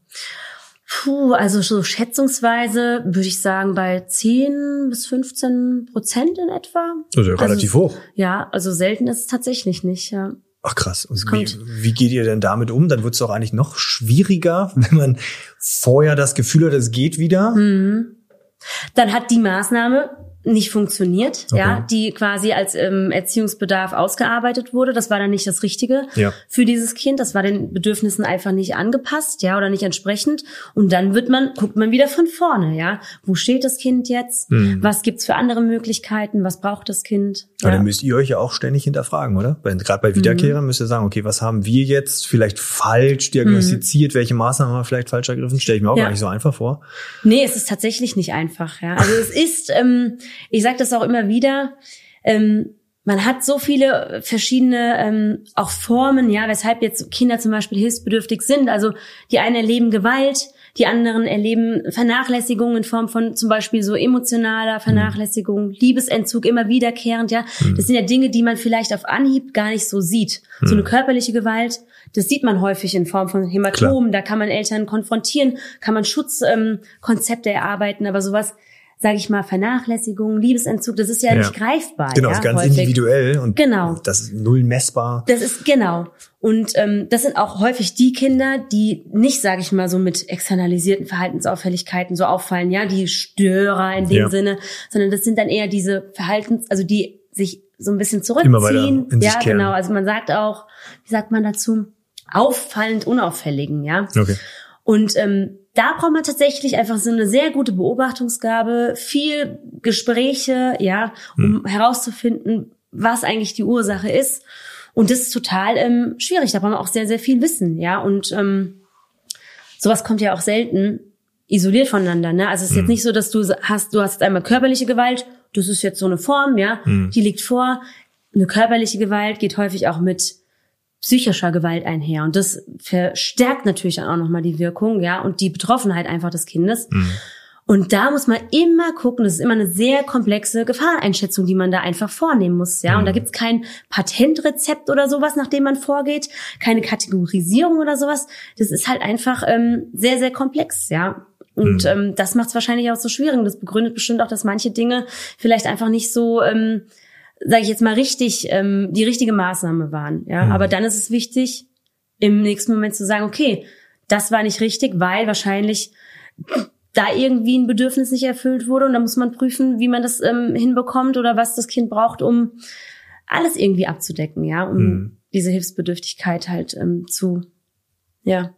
Puh, also so schätzungsweise würde ich sagen bei zehn bis fünfzehn Prozent in etwa. Also relativ also, hoch. Ja, also selten ist es tatsächlich nicht, ja. Ach krass. Und wie, wie geht ihr denn damit um? Dann wird es doch eigentlich noch schwieriger, wenn man vorher das Gefühl hat, es geht wieder. Mhm. Dann hat die Maßnahme nicht funktioniert, okay. ja, die quasi als ähm, Erziehungsbedarf ausgearbeitet wurde. Das war dann nicht das Richtige ja. für dieses Kind. Das war den Bedürfnissen einfach nicht angepasst, ja, oder nicht entsprechend. Und dann wird man, guckt man wieder von vorne, ja. Wo steht das Kind jetzt? Mhm. Was gibt's für andere Möglichkeiten? Was braucht das Kind? Ja. Aber dann müsst ihr euch ja auch ständig hinterfragen, oder? Gerade bei Wiederkehrern mhm. müsst ihr sagen, okay, was haben wir jetzt vielleicht falsch diagnostiziert? Mhm. Welche Maßnahmen haben wir vielleicht falsch ergriffen? Stelle ich mir auch ja. gar nicht so einfach vor. Nee, es ist tatsächlich nicht einfach, ja. Also es ist, ähm, ich sage das auch immer wieder, ähm, man hat so viele verschiedene ähm, auch Formen, ja, weshalb jetzt Kinder zum Beispiel hilfsbedürftig sind. Also die einen erleben Gewalt, die anderen erleben Vernachlässigung in Form von zum Beispiel so emotionaler Vernachlässigung, mhm. Liebesentzug immer wiederkehrend, ja. Mhm. Das sind ja Dinge, die man vielleicht auf Anhieb gar nicht so sieht. Mhm. So eine körperliche Gewalt, das sieht man häufig in Form von Hämatomen. Klar. Da kann man Eltern konfrontieren, kann man Schutzkonzepte ähm, erarbeiten, aber sowas, sage ich mal, Vernachlässigung, Liebesentzug, das ist ja, ja. nicht greifbar. Genau, ja, das ist ganz häufig. individuell und genau. das ist null messbar. Das ist, genau. Und ähm, das sind auch häufig die Kinder, die nicht, sage ich mal, so mit externalisierten Verhaltensauffälligkeiten so auffallen, ja, die Störer in dem ja. Sinne, sondern das sind dann eher diese Verhaltens, also die sich so ein bisschen zurückziehen. Immer weiter in sich ja, kehren. Genau, also man sagt auch, wie sagt man dazu, auffallend unauffälligen, ja. Okay. Und ähm, da braucht man tatsächlich einfach so eine sehr gute Beobachtungsgabe, viel Gespräche, ja, um hm. herauszufinden, was eigentlich die Ursache ist. Und das ist total ähm, schwierig. Da braucht man auch sehr, sehr viel Wissen, ja. Und ähm, sowas kommt ja auch selten isoliert voneinander, ne? Also es ist hm. jetzt nicht so, dass du hast, du hast jetzt einmal körperliche Gewalt, das ist jetzt so eine Form, ja, hm. die liegt vor. Eine körperliche Gewalt geht häufig auch mit psychischer Gewalt einher. Und das verstärkt natürlich dann auch nochmal die Wirkung, ja, und die Betroffenheit einfach des Kindes. Mhm. Und da muss man immer gucken, das ist immer eine sehr komplexe Gefahreinschätzung, die man da einfach vornehmen muss, ja. Mhm. Und da gibt's kein Patentrezept oder sowas, nach dem man vorgeht, keine Kategorisierung oder sowas. Das ist halt einfach ähm, sehr, sehr komplex, ja. Und mhm. ähm, das macht's wahrscheinlich auch so schwierig. Und das begründet bestimmt auch, dass manche Dinge vielleicht einfach nicht so ähm, sage ich jetzt mal richtig, ähm, die richtige Maßnahme waren. Ja, mhm. aber dann ist es wichtig, im nächsten Moment zu sagen, okay, das war nicht richtig, weil wahrscheinlich da irgendwie ein Bedürfnis nicht erfüllt wurde und da muss man prüfen, wie man das ähm, hinbekommt oder was das Kind braucht, um alles irgendwie abzudecken, ja, um mhm. diese Hilfsbedürftigkeit halt ähm, zu, ja,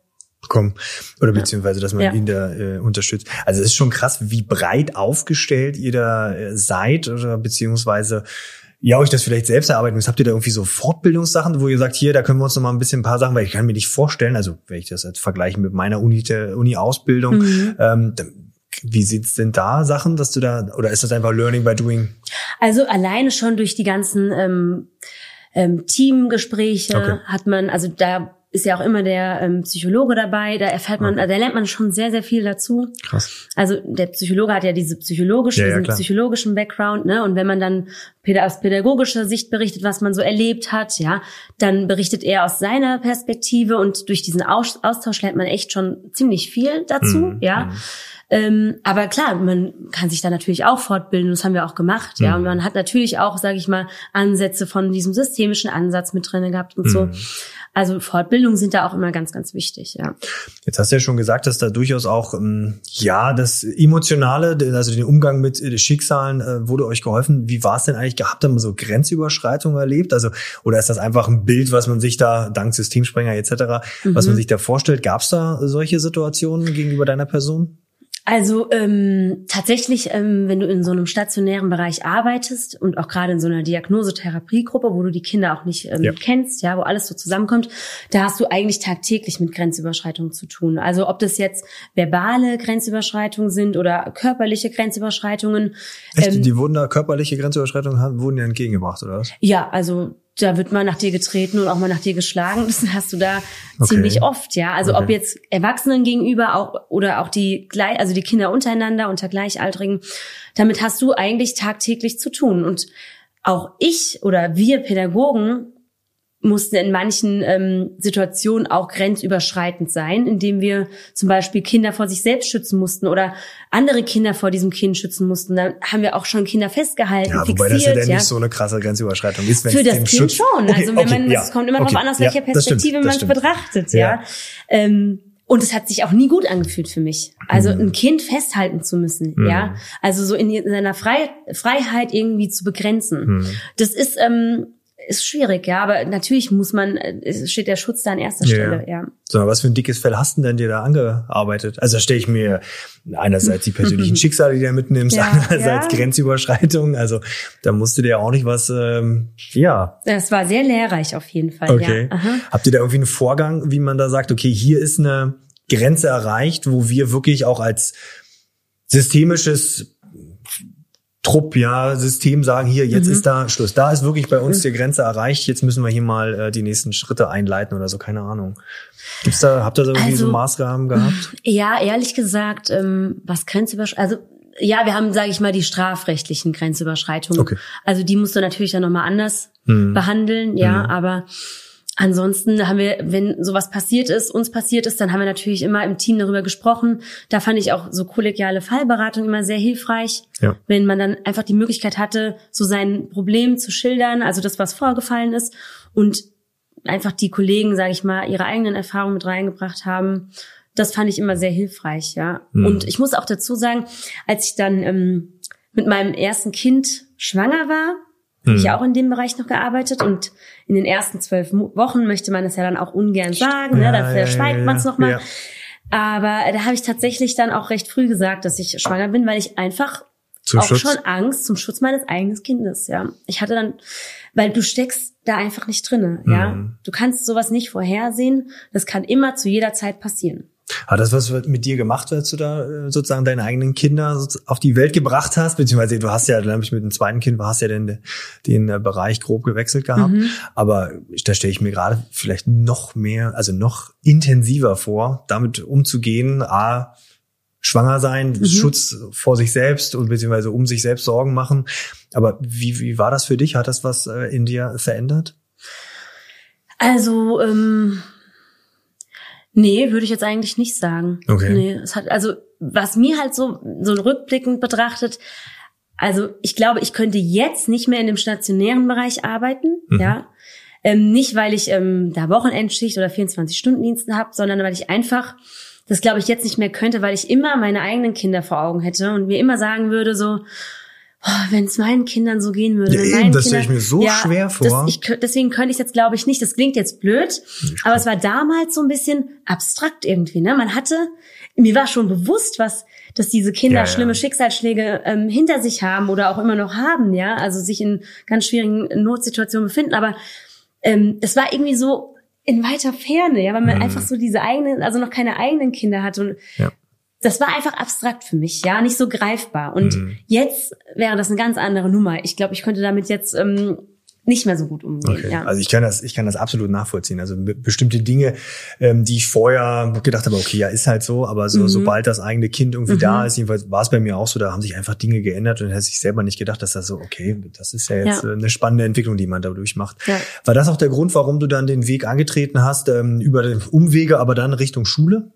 kommen oder beziehungsweise, dass man ja. ihn da äh, unterstützt. Also es ist schon krass, wie breit aufgestellt ihr da äh, seid oder beziehungsweise ja, euch das vielleicht selbst erarbeiten müsst. Habt ihr da irgendwie so Fortbildungssachen, wo ihr sagt, hier, da können wir uns noch mal ein bisschen ein paar Sachen, weil ich kann mir nicht vorstellen, also wenn ich das jetzt vergleiche mit meiner Uni, der Uni-Ausbildung, mhm. ähm, wie sieht's denn da Sachen, dass du da, oder ist das einfach Learning by Doing? Also alleine schon durch die ganzen ähm, ähm, Teamgespräche okay. hat man, also da ist ja auch immer der ähm, Psychologe dabei, da erfährt man, okay. da lernt man schon sehr, sehr viel dazu. Krass. Also der Psychologe hat ja diese psychologische, ja, ja, diesen psychologischen Background, ne? Und wenn man dann aus pädagogischer Sicht berichtet, was man so erlebt hat, ja, dann berichtet er aus seiner Perspektive und durch diesen Austausch lernt man echt schon ziemlich viel dazu, mhm. ja. Mhm. Ähm, aber klar, man kann sich da natürlich auch fortbilden, das haben wir auch gemacht, ja. Mhm. Und man hat natürlich auch, sage ich mal, Ansätze von diesem systemischen Ansatz mit drin gehabt und mhm. so. Also Fortbildungen sind da auch immer ganz, ganz wichtig, ja. Jetzt hast du ja schon gesagt, dass da durchaus auch, ja, das Emotionale, also den Umgang mit Schicksalen, wurde euch geholfen. Wie war es denn eigentlich? Habt ihr mal so Grenzüberschreitungen erlebt? Also, oder ist das einfach ein Bild, was man sich da, dank Systemsprenger et cetera, mhm. was man sich da vorstellt? Gab es da solche Situationen gegenüber deiner Person? Also ähm, tatsächlich, ähm, wenn du in so einem stationären Bereich arbeitest und auch gerade in so einer Diagnosetherapiegruppe, wo du die Kinder auch nicht ähm, ja. kennst, ja, wo alles so zusammenkommt, da hast du eigentlich tagtäglich mit Grenzüberschreitungen zu tun. Also ob das jetzt verbale Grenzüberschreitungen sind oder körperliche Grenzüberschreitungen. Echt? Ähm, die wurden da körperliche Grenzüberschreitungen haben, wurden dir entgegengebracht, oder was? Ja, also da wird mal nach dir getreten und auch mal nach dir geschlagen. Das hast du da okay. ziemlich oft, ja. Also okay. ob jetzt Erwachsenen gegenüber auch oder auch die also die Kinder untereinander unter Gleichaltrigen, damit hast du eigentlich tagtäglich zu tun. Und auch ich oder wir Pädagogen mussten in manchen ähm, Situationen auch grenzüberschreitend sein, indem wir zum Beispiel Kinder vor sich selbst schützen mussten oder andere Kinder vor diesem Kind schützen mussten. Da haben wir auch schon Kinder festgehalten, ja, fixiert. Wobei das ja dann nicht so eine krasse Grenzüberschreitung ist. Für das Kind Schutz schon. okay, Also wenn okay, man, ja, es kommt immer okay, darauf an, aus welcher ja, Perspektive man es betrachtet. Ja. ja. Ähm, und es hat sich auch nie gut angefühlt für mich. Also mhm. ein Kind festhalten zu müssen, mhm. ja. Also so in seiner Frei- Freiheit irgendwie zu begrenzen. Mhm. Das ist ähm, ist schwierig, ja, aber natürlich muss man, es steht der Schutz da an erster ja. Stelle, ja. So, was für ein dickes Fell hast du denn dir da angearbeitet? Also da stelle ich mir einerseits die persönlichen Schicksale, die du mitnimmst, ja, andererseits ja. Grenzüberschreitungen, also da musste dir auch nicht was, ähm, ja. Das war sehr lehrreich auf jeden Fall, okay. ja. Aha. Habt ihr da irgendwie einen Vorgang, wie man da sagt, okay, hier ist eine Grenze erreicht, wo wir wirklich auch als systemisches Trupp, ja, System sagen, hier, jetzt mhm. ist da Schluss. Da ist wirklich bei uns die Grenze erreicht. Jetzt müssen wir hier mal äh, die nächsten Schritte einleiten oder so, keine Ahnung. Gibt's da, habt ihr da irgendwie also, so Maßgaben gehabt? Ja, ehrlich gesagt, ähm, was Grenzüberschreitungen, also ja, wir haben, sage ich mal, die strafrechtlichen Grenzüberschreitungen. Okay. Also die musst du natürlich dann nochmal anders mhm. behandeln, ja, mhm. aber ansonsten haben wir, wenn sowas passiert ist, uns passiert ist, dann haben wir natürlich immer im Team darüber gesprochen. Da fand ich auch so kollegiale Fallberatung immer sehr hilfreich, ja. wenn man dann einfach die Möglichkeit hatte, so sein Problem zu schildern, also das, was vorgefallen ist und einfach die Kollegen, sage ich mal, ihre eigenen Erfahrungen mit reingebracht haben. Das fand ich immer sehr hilfreich, ja. Mhm. Und ich muss auch dazu sagen, als ich dann ähm, mit meinem ersten Kind schwanger war, habe ich ja auch in dem Bereich noch gearbeitet und in den ersten zwölf Wochen möchte man das ja dann auch ungern sagen, ne? Da verschweigt ja, man es nochmal. Ja. Aber da habe ich tatsächlich dann auch recht früh gesagt, dass ich schwanger bin, weil ich einfach zum auch Schutz? schon Angst zum Schutz meines eigenen Kindes, ja. Ich hatte dann, weil du steckst da einfach nicht drinne, ja. Mhm. Du kannst sowas nicht vorhersehen. Das kann immer zu jeder Zeit passieren. Hat das was mit dir gemacht, als du da sozusagen deine eigenen Kinder auf die Welt gebracht hast? Beziehungsweise du hast ja, glaube ich, mit dem zweiten Kind hast ja den, den Bereich grob gewechselt gehabt. Mhm. Aber da stelle ich mir gerade vielleicht noch mehr, also noch intensiver vor, damit umzugehen, a, schwanger sein, mhm. Schutz vor sich selbst und beziehungsweise um sich selbst Sorgen machen. Aber wie, wie war das für dich? Hat das was in dir verändert? Also, ähm, nee, würde ich jetzt eigentlich nicht sagen. Okay. Nee, es hat, also, was mir halt so, so rückblickend betrachtet, also, ich glaube, ich könnte jetzt nicht mehr in dem stationären Bereich arbeiten, mhm. ja. Ähm, nicht, weil ich ähm, da Wochenendschicht oder vierundzwanzig-Stunden-Dienste habe, sondern weil ich einfach, das glaube ich jetzt nicht mehr könnte, weil ich immer meine eigenen Kinder vor Augen hätte und mir immer sagen würde so, oh, wenn es meinen Kindern so gehen würde. Ja, wenn eben, meinen das Kindern, stelle ich mir so ja, schwer vor. Das, ich, deswegen könnte ich es jetzt, glaube ich, nicht. Das klingt jetzt blöd, nicht aber es war damals so ein bisschen abstrakt irgendwie. Ne? Man hatte, mir war schon bewusst, was, dass diese Kinder ja, ja. schlimme Schicksalsschläge ähm, hinter sich haben oder auch immer noch haben, ja, also sich in ganz schwierigen Notsituationen befinden. Aber ähm, es war irgendwie so in weiter Ferne, ja, weil man mhm. einfach so diese eigenen, also noch keine eigenen Kinder hat und ja. das war einfach abstrakt für mich, ja, nicht so greifbar. Und mhm. jetzt wäre das eine ganz andere Nummer. Ich glaube, ich könnte damit jetzt ähm, nicht mehr so gut umgehen. Okay. Ja. Also ich kann das, ich kann das absolut nachvollziehen. Also be- bestimmte Dinge, ähm, die ich vorher gedacht habe, okay, ja, ist halt so, aber so, mhm. sobald das eigene Kind irgendwie mhm. da ist, jedenfalls war es bei mir auch so, da haben sich einfach Dinge geändert und hätte ich selber nicht gedacht, dass das so, okay, das ist ja jetzt ja. eine spannende Entwicklung, die man dadurch macht. Ja. War das auch der Grund, warum du dann den Weg angetreten hast, ähm, über den Umwege, aber dann Richtung Schule?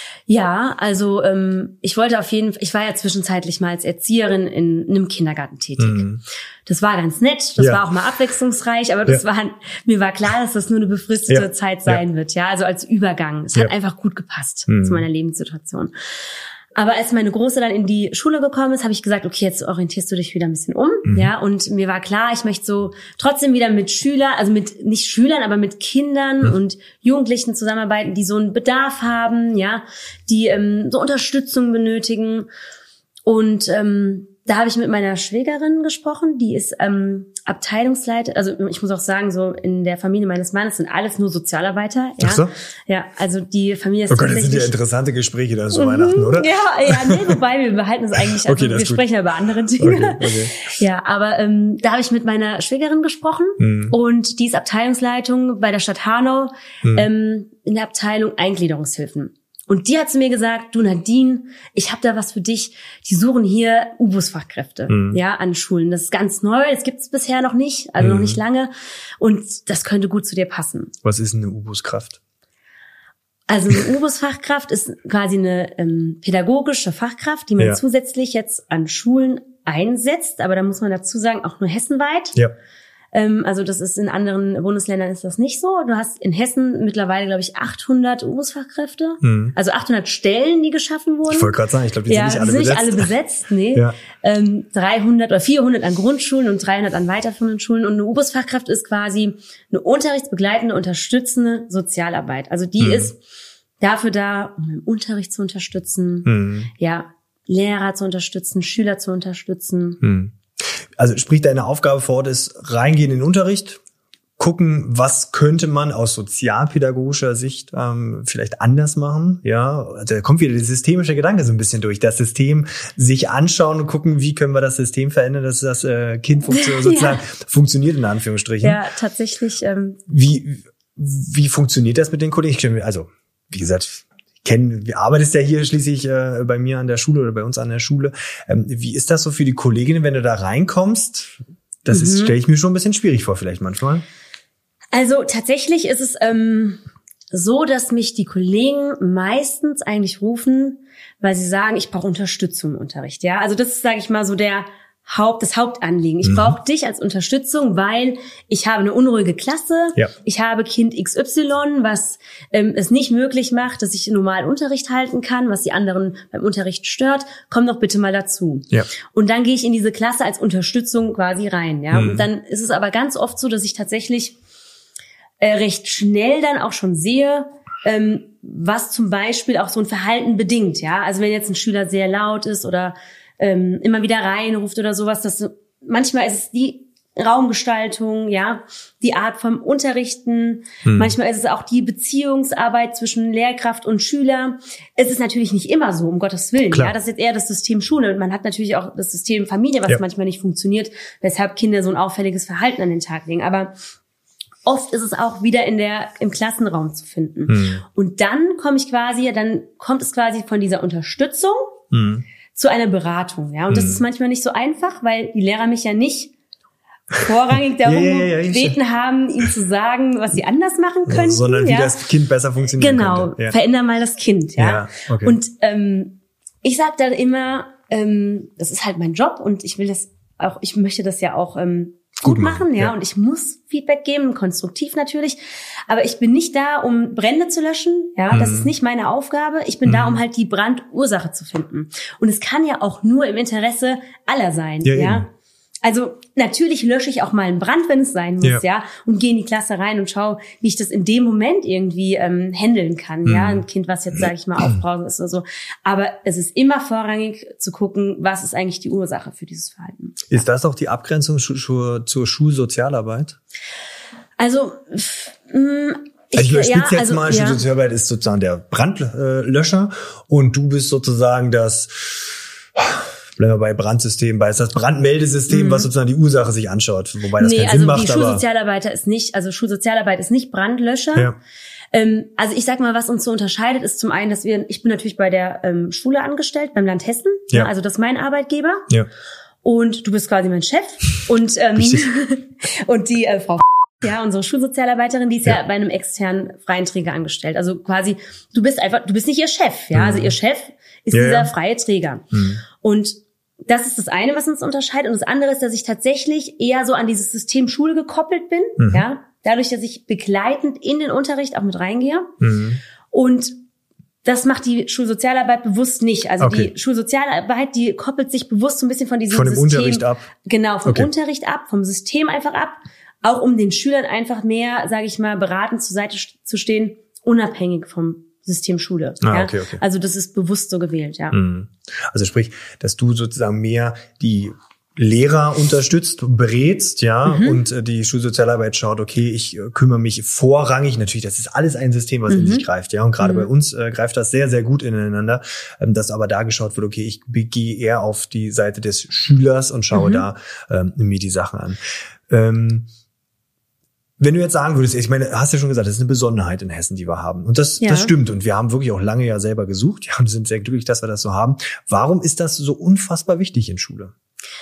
Ja, also ähm, ich wollte auf jeden Fall, ich war ja zwischenzeitlich mal als Erzieherin in, in einem Kindergarten tätig. Mhm. Das war ganz nett, das ja. war auch mal abwechslungsreich, aber das ja. war, mir war klar, dass das nur eine befristete ja. Zeit sein ja. wird, ja, also als Übergang. Es ja. hat einfach gut gepasst mhm. zu meiner Lebenssituation. Aber als meine Große dann in die Schule gekommen ist, habe ich gesagt, okay, jetzt orientierst du dich wieder ein bisschen um, mhm. ja, und mir war klar, ich möchte so trotzdem wieder mit Schülern, also mit, nicht Schülern, aber mit Kindern mhm. und Jugendlichen zusammenarbeiten, die so einen Bedarf haben, ja, die ähm, so Unterstützung benötigen. Und ähm, da habe ich mit meiner Schwägerin gesprochen, die ist ähm, Abteilungsleiter, also ich muss auch sagen, so in der Familie meines Mannes sind alles nur Sozialarbeiter. Ja, ach so? Ja, also die Familie ist oh Gott, das sind ja interessante Gespräche da so Weihnachten, oder? Ja, ja, nee, wobei wir behalten es eigentlich, also okay, wir sprechen ja über andere Dinge. Okay, okay. Ja, aber ähm, da habe ich mit meiner Schwägerin gesprochen hm. und die ist Abteilungsleitung bei der Stadt Hanau hm. ähm, in der Abteilung Eingliederungshilfen. Und die hat zu mir gesagt, du Nadine, ich habe da was für dich. Die suchen hier U B U S-Fachkräfte, mhm. ja, an Schulen. Das ist ganz neu, das gibt es bisher noch nicht, also mhm. noch nicht lange. Und das könnte gut zu dir passen. Was ist eine U B U S-Kraft? Also eine U B U S-Fachkraft ist quasi eine ähm, pädagogische Fachkraft, die man ja. zusätzlich jetzt an Schulen einsetzt. Aber da muss man dazu sagen, auch nur hessenweit. Ja. Ähm, also das ist in anderen Bundesländern ist das nicht so. Du hast in Hessen mittlerweile, glaube ich, achthundert U B U S-Fachkräfte. Mhm. Also achthundert Stellen, die geschaffen wurden. Ich wollte gerade sagen, ich glaube, die ja, sind nicht alle sind besetzt. nicht alle besetzt, nee. Ja. Ähm, dreihundert oder vierhundert an Grundschulen und dreihundert an weiterführenden Schulen. Und eine U B U S-Fachkraft ist quasi eine unterrichtsbegleitende, unterstützende Sozialarbeit. Also die mhm. ist dafür da, um im Unterricht zu unterstützen, mhm. ja, Lehrer zu unterstützen, Schüler zu unterstützen. Mhm. Also sprich, deine Aufgabe vor Ort ist, reingehen in den Unterricht, gucken, was könnte man aus sozialpädagogischer Sicht ähm, vielleicht anders machen. Ja, also da kommt wieder der systemische Gedanke so ein bisschen durch. Das System sich anschauen und gucken, wie können wir das System verändern, dass das äh, Kind funktio- sozusagen ja. funktioniert, in Anführungsstrichen. Ja, tatsächlich. Ähm wie wie funktioniert das mit den Kollegen? Also, wie gesagt, kennen, wir arbeitest ja hier schließlich äh, bei mir an der Schule oder bei uns an der Schule. Ähm, wie ist das so für die Kolleginnen, wenn du da reinkommst? Das mhm. ist, stelle ich mir schon ein bisschen schwierig vor, vielleicht manchmal. Also tatsächlich ist es ähm, so, dass mich die Kollegen meistens eigentlich rufen, weil sie sagen, ich brauche Unterstützung im Unterricht. Ja, also das ist, sage ich mal, so der Haupt, das Hauptanliegen. Ich mhm. brauche dich als Unterstützung, weil ich habe eine unruhige Klasse. Ja. Ich habe Kind X Y, was ähm, es nicht möglich macht, dass ich normal Unterricht halten kann, was die anderen beim Unterricht stört. Komm doch bitte mal dazu. Ja. Und dann gehe ich in diese Klasse als Unterstützung quasi rein. Ja. Mhm. Und dann ist es aber ganz oft so, dass ich tatsächlich äh, recht schnell dann auch schon sehe, ähm, was zum Beispiel auch so ein Verhalten bedingt. Ja. Also wenn jetzt ein Schüler sehr laut ist oder Ähm, immer wieder reinruft oder sowas, das manchmal ist es die Raumgestaltung, ja, die Art vom Unterrichten, hm. manchmal ist es auch die Beziehungsarbeit zwischen Lehrkraft und Schüler. Es ist natürlich nicht immer so, um Gottes Willen, Klar. ja, das ist jetzt eher das System Schule und man hat natürlich auch das System Familie, was ja. manchmal nicht funktioniert, weshalb Kinder so ein auffälliges Verhalten an den Tag legen, aber oft ist es auch wieder in der im Klassenraum zu finden. Hm. Und dann komme ich quasi, dann kommt es quasi von dieser Unterstützung hm. zu einer Beratung, ja. Und das ist manchmal nicht so einfach, weil die Lehrer mich ja nicht vorrangig darum ja, ja, ja, gebeten ja. haben, ihnen zu sagen, was sie anders machen könnten. Sondern wie ja. das Kind besser funktionieren genau, könnte. Genau, ja. veränder mal das Kind, ja. ja okay. Und ähm, ich sage dann immer, ähm, das ist halt mein Job und ich will das auch, ich möchte das ja auch ähm, gut machen, ja, ja, und ich muss Feedback geben, konstruktiv natürlich, aber ich bin nicht da, um Brände zu löschen, ja, mhm. das ist nicht meine Aufgabe, ich bin mhm. da, um halt die Brandursache zu finden und es kann ja auch nur im Interesse aller sein, ja, ja? Also natürlich lösche ich auch mal einen Brand, wenn es sein muss, ja, ja und gehe in die Klasse rein und schaue, wie ich das in dem Moment irgendwie ähm, handeln kann, mhm. ja, ein Kind, was jetzt, sage ich mal, aufbrausend ist oder so. Aber es ist immer vorrangig zu gucken, was ist eigentlich die Ursache für dieses Verhalten. Ist das auch die Abgrenzung zur, zur Schulsozialarbeit? Also, mh, Ich, also ich überspitze ja, jetzt also, mal, ja. Schulsozialarbeit ist sozusagen der Brandlöscher und du bist sozusagen das, bleiben wir bei Brandsystem, bei das Brandmeldesystem, mhm. was sozusagen die Ursache sich anschaut, wobei das nee, keinen also Sinn macht. Die Schulsozialarbeiter ist nicht, also Schulsozialarbeit ist nicht Brandlöscher. Ja. Ähm, also ich sag mal, was uns so unterscheidet, ist zum einen, dass wir, ich bin natürlich bei der ähm, Schule angestellt, beim Land Hessen, ja. Ja, also das ist mein Arbeitgeber. Ja. Und du bist quasi mein Chef und ähm, und die äh, Frau ja, unsere Schulsozialarbeiterin, die ist ja. ja bei einem externen freien Träger angestellt. Also quasi, du bist einfach, du bist nicht ihr Chef, ja. Mhm. Also ihr Chef ist ja, dieser ja. freie Träger. Mhm. Und das ist das eine, was uns unterscheidet. Und das andere ist, dass ich tatsächlich eher so an dieses System Schule gekoppelt bin, mhm. ja. Dadurch, dass ich begleitend in den Unterricht auch mit reingehe. Mhm. Und das macht die Schulsozialarbeit bewusst nicht. Also okay. die Schulsozialarbeit, die koppelt sich bewusst so ein bisschen von diesem von dem System. Unterricht ab. Genau, vom okay. Unterricht ab, vom System einfach ab. Auch um den Schülern einfach mehr, sage ich mal, beratend zur Seite zu stehen, unabhängig vom System Schule. Ah, ja? okay, okay. Also das ist bewusst so gewählt, ja. Also sprich, dass du sozusagen mehr die Lehrer unterstützt, berätst, ja, mhm. und äh, die Schulsozialarbeit schaut, okay, ich äh, kümmere mich vorrangig, natürlich, das ist alles ein System, was mhm. in sich greift, ja, und gerade mhm. bei uns äh, greift das sehr, sehr gut ineinander, ähm, dass aber da geschaut wird, okay, ich gehe eher auf die Seite des Schülers und schaue mhm. da ähm, mir die Sachen an. Ähm, Wenn du jetzt sagen würdest, ich meine, hast ja schon gesagt, das ist eine Besonderheit in Hessen, die wir haben. Und das, ja. das stimmt. Und wir haben wirklich auch lange ja selber gesucht. Ja, und sind sehr glücklich, dass wir das so haben. Warum ist das so unfassbar wichtig in Schule?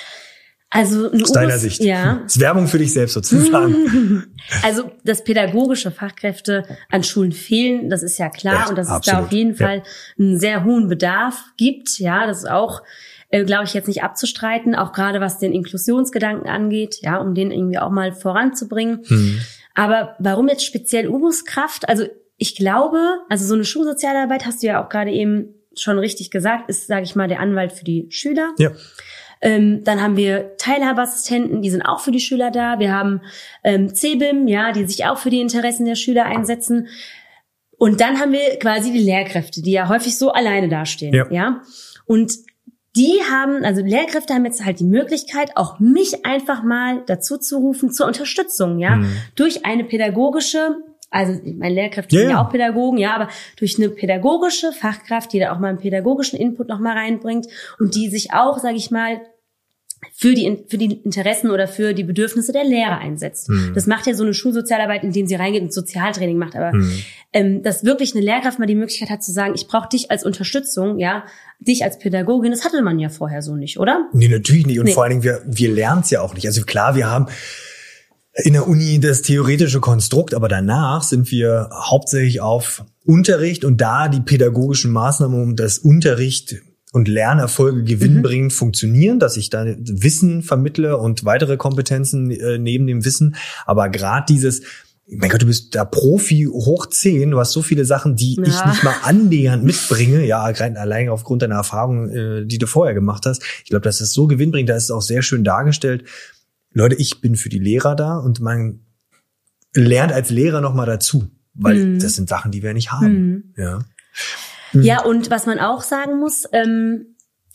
Also aus deiner Sicht. Ja. Das ist Werbung für dich selbst sozusagen. Also, dass pädagogische Fachkräfte an Schulen fehlen, das ist ja klar. Ja, und dass absolut. Es da auf jeden Fall ja. einen sehr hohen Bedarf gibt. Ja, das ist auch, äh, glaube ich, jetzt nicht abzustreiten. Auch gerade was den Inklusionsgedanken angeht, ja, um den irgendwie auch mal voranzubringen. Mhm. Aber warum jetzt speziell Übungskraft? Also, ich glaube, also so eine Schulsozialarbeit, hast du ja auch gerade eben schon richtig gesagt, ist, sage ich mal, der Anwalt für die Schüler. Ja. Ähm, dann haben wir Teilhabeassistenten, die sind auch für die Schüler da. Wir haben ähm, C B I M, ja, die sich auch für die Interessen der Schüler einsetzen. Und dann haben wir quasi die Lehrkräfte, die ja häufig so alleine dastehen, ja. ja? Und die haben, also Lehrkräfte haben jetzt halt die Möglichkeit, auch mich einfach mal dazu zu rufen zur Unterstützung, ja, mhm. durch eine pädagogische, also meine Lehrkräfte yeah. sind ja auch Pädagogen, ja, aber durch eine pädagogische Fachkraft, die da auch mal einen pädagogischen Input noch mal reinbringt und die sich auch, sage ich mal, für die für die Interessen oder für die Bedürfnisse der Lehrer einsetzt. Mhm. Das macht ja so eine Schulsozialarbeit, indem sie reingeht und Sozialtraining macht, aber mhm. ähm, dass wirklich eine Lehrkraft mal die Möglichkeit hat zu sagen, ich brauche dich als Unterstützung, ja, dich als Pädagogin, das hatte man ja vorher so nicht, oder? Nee, natürlich nicht. Und nee. vor allen Dingen, wir, wir lernen es ja auch nicht. Also klar, wir haben in der Uni das theoretische Konstrukt, aber danach sind wir hauptsächlich auf Unterricht und da die pädagogischen Maßnahmen, um das Unterricht und Lernerfolge gewinnbringend mhm. funktionieren, dass ich da Wissen vermittle und weitere Kompetenzen äh, neben dem Wissen. Aber gerade dieses, mein Gott, du bist da Profi hoch zehn, du hast so viele Sachen, die ja. ich nicht mal annähernd mitbringe, ja, allein aufgrund deiner Erfahrung, äh, die du vorher gemacht hast. Ich glaube, das ist so gewinnbringend, da ist es auch sehr schön dargestellt. Leute, ich bin für die Lehrer da und man lernt als Lehrer noch mal dazu, weil mhm. das sind Sachen, die wir nicht haben. Mhm. Ja. Mhm. Ja, und was man auch sagen muss, ähm,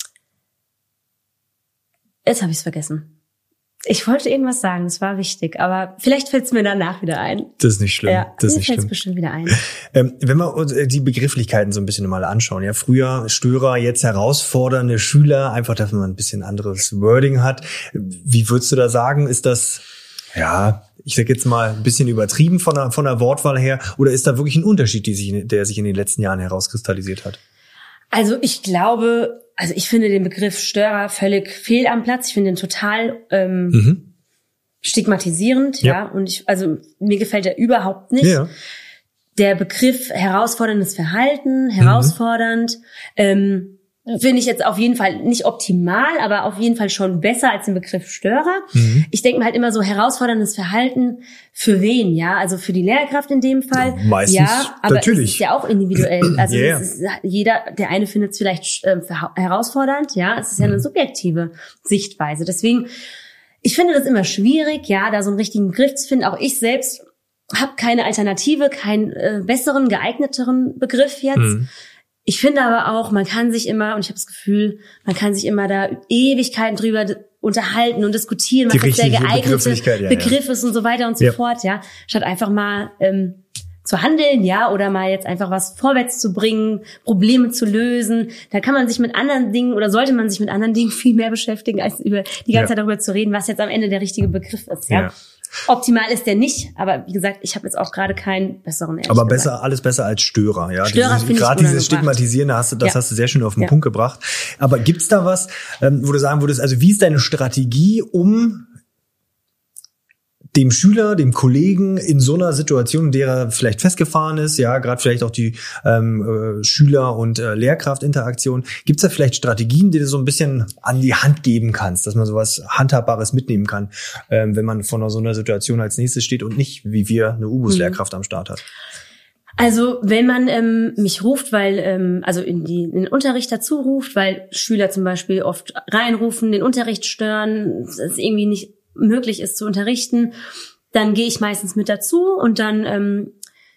jetzt habe ich es vergessen. Ich wollte irgendwas sagen, es war wichtig, aber vielleicht fällt es mir danach wieder ein. Das ist nicht schlimm. Ja, das ist mir nicht fällt es schlimm. bestimmt wieder ein. Ähm, wenn wir uns die Begrifflichkeiten so ein bisschen mal anschauen, ja, früher Störer, jetzt herausfordernde Schüler, einfach, dass man ein bisschen anderes Wording hat. Wie würdest du da sagen, ist das, ja, ich sag jetzt mal ein bisschen übertrieben von der, von der Wortwahl her, oder ist da wirklich ein Unterschied, die sich, der sich in den letzten Jahren herauskristallisiert hat? Also ich glaube, also ich finde den Begriff Störer völlig fehl am Platz. Ich finde ihn total ähm, mhm. stigmatisierend, ja. ja. Und ich, also mir gefällt er überhaupt nicht. Ja. Der Begriff herausforderndes Verhalten, herausfordernd, mhm. ähm, finde ich jetzt auf jeden Fall nicht optimal, aber auf jeden Fall schon besser als den Begriff Störer. Mhm. Ich denke mir halt immer so herausforderndes Verhalten für wen, ja? Also für die Lehrkraft in dem Fall. Ja, meistens, ja, aber natürlich. Es ist ja auch individuell. Also yeah. es ist, jeder, der eine findet es vielleicht äh, herausfordernd, ja? Es ist ja eine subjektive Sichtweise. Deswegen, Ich finde das immer schwierig, ja, da so einen richtigen Begriff zu finden. Auch ich selbst habe keine Alternative, keinen äh, besseren, geeigneteren Begriff jetzt. Mhm. Ich finde aber auch, man kann sich immer, und ich habe das Gefühl, man kann sich immer da Ewigkeiten drüber unterhalten und diskutieren, was jetzt der geeignete ja, Begriff ja. ist und so weiter und so ja. fort, ja. Statt einfach mal ähm, zu handeln, ja, oder mal jetzt einfach was vorwärts zu bringen, Probleme zu lösen. Da kann man sich mit anderen Dingen oder sollte man sich mit anderen Dingen viel mehr beschäftigen, als über die ganze ja. Zeit darüber zu reden, was jetzt am Ende der richtige Begriff ist, ja. ja. Optimal ist der nicht, aber wie gesagt, ich habe jetzt auch gerade keinen besseren. Aber besser, gesagt. alles besser als Störer, ja. Störer dieses, gerade dieses Stigmatisieren, hast du, das ja. hast du sehr schön auf den ja. Punkt gebracht. Aber gibt's da was, ähm, wo du sagen würdest, also wie ist deine Strategie, um dem Schüler, dem Kollegen in so einer Situation, in der er vielleicht festgefahren ist, ja, gerade vielleicht auch die ähm, äh, Schüler- und äh, Lehrkraftinteraktion, gibt's da vielleicht Strategien, die du so ein bisschen an die Hand geben kannst, dass man sowas Handhabbares mitnehmen kann, ähm, wenn man vor so einer Situation als nächstes steht und nicht, wie wir, eine U B U S-Lehrkraft mhm. am Start hat? Also wenn man ähm, mich ruft, weil ähm, also in, die, in den Unterricht dazu ruft, weil Schüler zum Beispiel oft reinrufen, den Unterricht stören, es irgendwie nicht möglich ist zu unterrichten, dann gehe ich meistens mit dazu und dann ähm,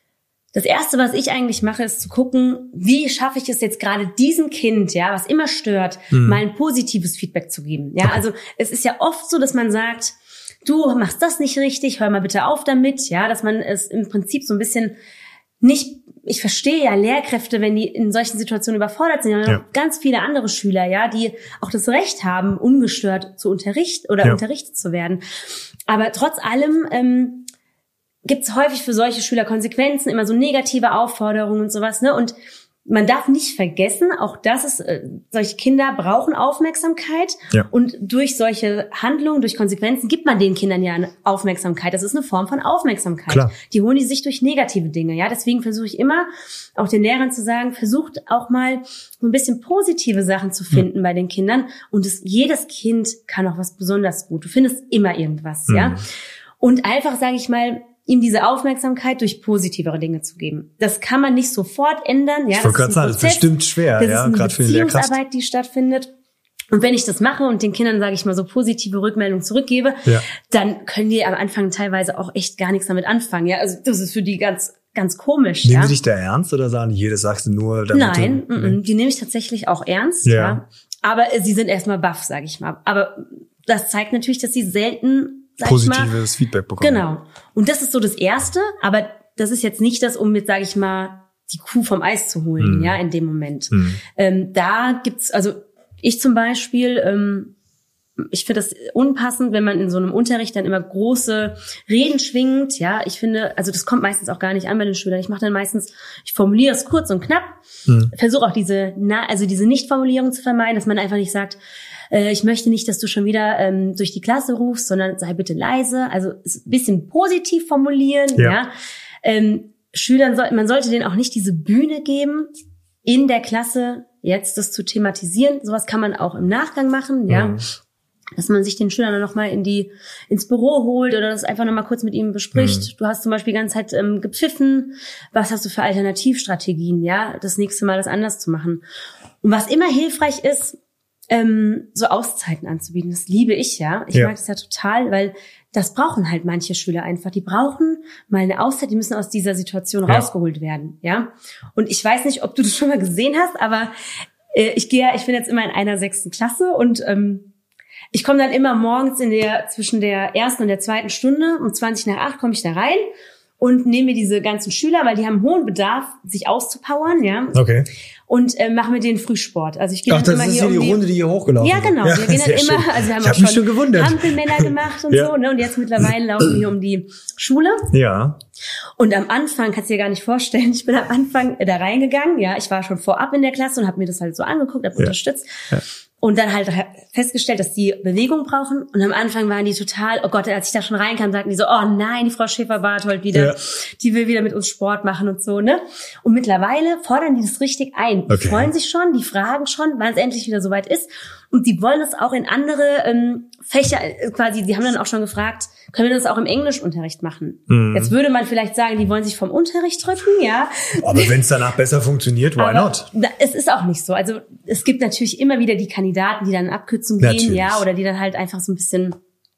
das Erste, was ich eigentlich mache, ist zu gucken, wie schaffe ich es jetzt gerade diesem Kind, ja, was immer stört, mhm. mal ein positives Feedback zu geben. Ja, also es ist ja oft so, dass man sagt, du machst das nicht richtig, hör mal bitte auf damit, ja, dass man es im Prinzip so ein bisschen nicht, ich verstehe ja Lehrkräfte, wenn die in solchen Situationen überfordert sind, ja, ja. ganz viele andere Schüler, ja, die auch das Recht haben, ungestört zu unterrichten oder ja. unterrichtet zu werden. Aber trotz allem ähm, gibt es häufig für solche Schüler Konsequenzen, immer so negative Aufforderungen und sowas, ne? Und man darf nicht vergessen, auch das ist, äh, solche Kinder brauchen Aufmerksamkeit ja. und durch solche Handlungen, durch Konsequenzen gibt man den Kindern ja eine Aufmerksamkeit. Das ist eine Form von Aufmerksamkeit. Klar. Die holen die sich durch negative Dinge. Ja, deswegen versuche ich immer, auch den Lehrern zu sagen, versucht auch mal so ein bisschen positive Sachen zu finden mhm. bei den Kindern. Und es, jedes Kind kann auch was besonders gut. Du findest immer irgendwas, mhm. ja. Und einfach, sage ich mal, ihm diese Aufmerksamkeit durch positivere Dinge zu geben. Das kann man nicht sofort ändern. Ja, ich wollte gerade sagen, das ist bestimmt schwer, das ja, gerade für die Lehrkraft. Das ist eine Beziehungsarbeit, die stattfindet. Und wenn ich das mache und den Kindern, sage ich mal, so positive Rückmeldungen zurückgebe, ja. dann können die am Anfang teilweise auch echt gar nichts damit anfangen. Ja, also das ist für die ganz ganz komisch. Nehmen ja. Sie dich da ernst oder sagen die, das sagst du nur? Damit Nein, du, nee. die nehme ich tatsächlich auch ernst. Ja. ja. Aber sie sind erstmal baff, sage ich mal. Aber das zeigt natürlich, dass sie selten positives mal, Feedback bekommen. Genau. Und das ist so das Erste, aber das ist jetzt nicht das, um jetzt, sage ich mal, die Kuh vom Eis zu holen, mm. ja, in dem Moment. Mm. Ähm, da gibt's, also ich zum Beispiel, ähm, ich finde das unpassend, wenn man in so einem Unterricht dann immer große Reden schwingt, ja. Ich finde, also das kommt meistens auch gar nicht an bei den Schülern. Ich mache dann meistens, ich formuliere es kurz und knapp, mm. versuche auch diese, na, also diese Nichtformulierung zu vermeiden, dass man einfach nicht sagt, ich möchte nicht, dass du schon wieder ähm, durch die Klasse rufst, sondern sei bitte leise. Also ein bisschen positiv formulieren. Ja. ja. Ähm, Schülern soll, man sollte denen auch nicht diese Bühne geben, in der Klasse jetzt das zu thematisieren. Sowas kann man auch im Nachgang machen. Ja. Mhm. Dass man sich den Schülern dann noch mal in die ins Büro holt oder das einfach noch mal kurz mit ihm bespricht. Mhm. Du hast zum Beispiel die ganze Zeit ähm, gepfiffen. Was hast du für Alternativstrategien? Ja, das nächste Mal das anders zu machen. Und was immer hilfreich ist, ähm, so Auszeiten anzubieten. Das liebe ich ja. Ich ja. mag das ja total, weil das brauchen halt manche Schüler einfach. Die brauchen mal eine Auszeit, die müssen aus dieser Situation ja. rausgeholt werden. Ja. Und ich weiß nicht, ob du das schon mal gesehen hast, aber äh, ich gehe, ich bin jetzt immer in einer sechsten Klasse und ähm, ich komme dann immer morgens in der zwischen der ersten und der zweiten Stunde um zwanzig nach acht komme ich da rein und nehme mir diese ganzen Schüler, weil die haben hohen Bedarf, sich auszupowern, ja. Okay. Und äh, mache mit denen Frühsport. Also ich gehe Ach, dann das immer ist hier hier um die Runde, die hier hochgelaufen Ja, genau. Ja, wir gehen dann immer, schön. also wir haben ich auch hab mich schon, schon gewundert. Hampelmänner gemacht und ja. so, ne? Und jetzt mittlerweile laufen wir hier um die Schule. Ja. Und am Anfang, kannst du dir gar nicht vorstellen, ich bin am Anfang da reingegangen, ja, ich war schon vorab in der Klasse und habe mir das halt so angeguckt, habe ja. unterstützt. Ja. Und dann halt festgestellt, dass die Bewegung brauchen. Und am Anfang waren die total, oh Gott, als ich da schon reinkam, sagten die so, oh nein, die Frau Schäfer-Barthold wieder, ja. die will wieder mit uns Sport machen und so, ne? Und mittlerweile fordern die das richtig ein. Die okay. freuen sich schon, die fragen schon, wann es endlich wieder soweit ist. Und die wollen das auch in andere ähm, Fächer, quasi, die haben dann auch schon gefragt, können wir das auch im Englischunterricht machen? Mhm. Jetzt würde man vielleicht sagen, die wollen sich vom Unterricht drücken, ja. Aber wenn es danach besser funktioniert, why Aber not? Es ist auch nicht so. Also es gibt natürlich immer wieder die Kandidaten, die dann in Abkürzung gehen, natürlich. ja, oder die dann halt einfach so ein bisschen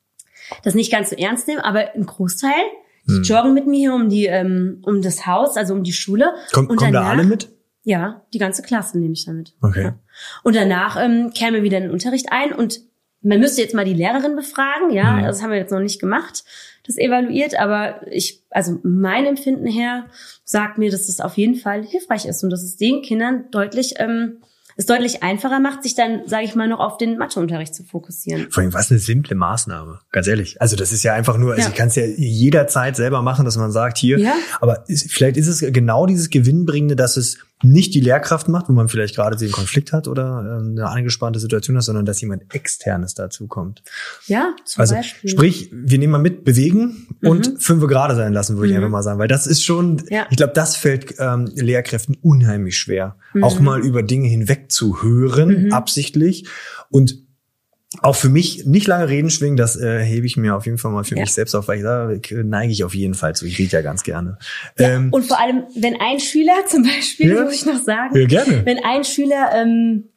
das nicht ganz so ernst nehmen, aber ein Großteil, die hm. joggen mit mir hier um die ähm, um das Haus, also um die Schule. Komm, und kommen danach, da alle mit? Ja, die ganze Klasse nehme ich damit. Okay. Ja. Und danach ähm, käme wieder in den Unterricht ein und man müsste jetzt mal die Lehrerin befragen, ja, hm. das haben wir jetzt noch nicht gemacht, das evaluiert, aber ich, also mein Empfinden her sagt mir, dass das auf jeden Fall hilfreich ist und dass es den Kindern deutlich ähm, es deutlich einfacher macht, sich dann, sage ich mal, noch auf den Matheunterricht zu fokussieren. Vor allem, was eine simple Maßnahme, ganz ehrlich. Also das ist ja einfach nur, also ja. ich kann es ja jederzeit selber machen, dass man sagt, hier, ja. aber ist, vielleicht ist es genau dieses Gewinnbringende, dass es nicht die Lehrkraft macht, wo man vielleicht gerade den Konflikt hat oder eine angespannte Situation hat, sondern dass jemand Externes dazu kommt. Ja, zum also, Beispiel. Sprich, wir nehmen mal mit, bewegen mhm. und fünfe gerade sein lassen, würde mhm. ich einfach mal sagen. Weil das ist schon, ja. ich glaube, das fällt ähm, Lehrkräften unheimlich schwer. Mhm. Auch mal über Dinge hinweg zu hören, mhm. absichtlich. Und auch für mich nicht lange Reden schwingen, das äh, hebe ich mir auf jeden Fall mal für ja. mich selbst auf, weil ich sage, neige ich auf jeden Fall zu. Ich rede ja ganz gerne. Ja, ähm, und vor allem, wenn ein Schüler zum Beispiel, ja, muss ich noch sagen, ja, gerne. wenn ein Schüler ähm,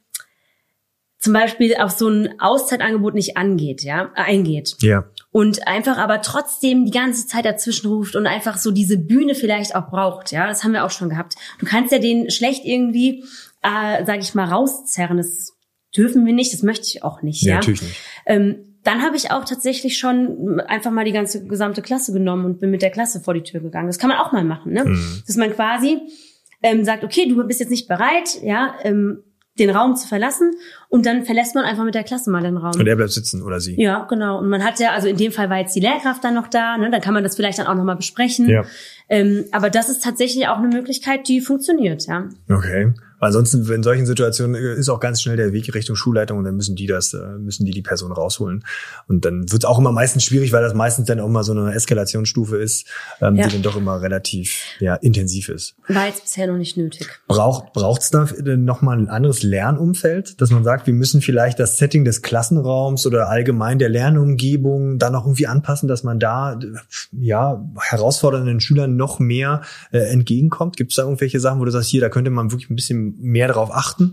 zum Beispiel auf so ein Auszeitangebot nicht angeht, ja, eingeht. Ja. Und einfach aber trotzdem die ganze Zeit dazwischen ruft und einfach so diese Bühne vielleicht auch braucht, ja, das haben wir auch schon gehabt. Du kannst ja den schlecht irgendwie, äh, sag ich mal, rauszerren. Das dürfen wir nicht, das möchte ich auch nicht. Ja, ja? Natürlich nicht. Ähm, dann habe ich auch tatsächlich schon einfach mal die ganze gesamte Klasse genommen und bin mit der Klasse vor die Tür gegangen. Das kann man auch mal machen, ne? Mhm. Dass man quasi ähm, sagt, okay, du bist jetzt nicht bereit, ja, ähm, den Raum zu verlassen und dann verlässt man einfach mit der Klasse mal den Raum. Und er bleibt sitzen oder sie. Ja, genau. Und man hat ja, also in dem Fall war jetzt die Lehrkraft dann noch da, ne? Dann kann man das vielleicht dann auch nochmal besprechen. Ja. Ähm, aber das ist tatsächlich auch eine Möglichkeit, die funktioniert, ja. Okay. Ansonsten, in solchen Situationen ist auch ganz schnell der Weg Richtung Schulleitung und dann müssen die das, müssen die die Person rausholen. Und dann wird es auch immer meistens schwierig, weil das meistens dann auch mal so eine Eskalationsstufe ist, ähm, ja. die dann doch immer relativ ja intensiv ist. War jetzt bisher noch nicht nötig. Braucht braucht's da nochmal ein anderes Lernumfeld, dass man sagt, wir müssen vielleicht das Setting des Klassenraums oder allgemein der Lernumgebung dann noch irgendwie anpassen, dass man da ja herausfordernden Schülern noch mehr äh, entgegenkommt? Gibt es da irgendwelche Sachen, wo du sagst, hier, da könnte man wirklich ein bisschen mehr darauf achten?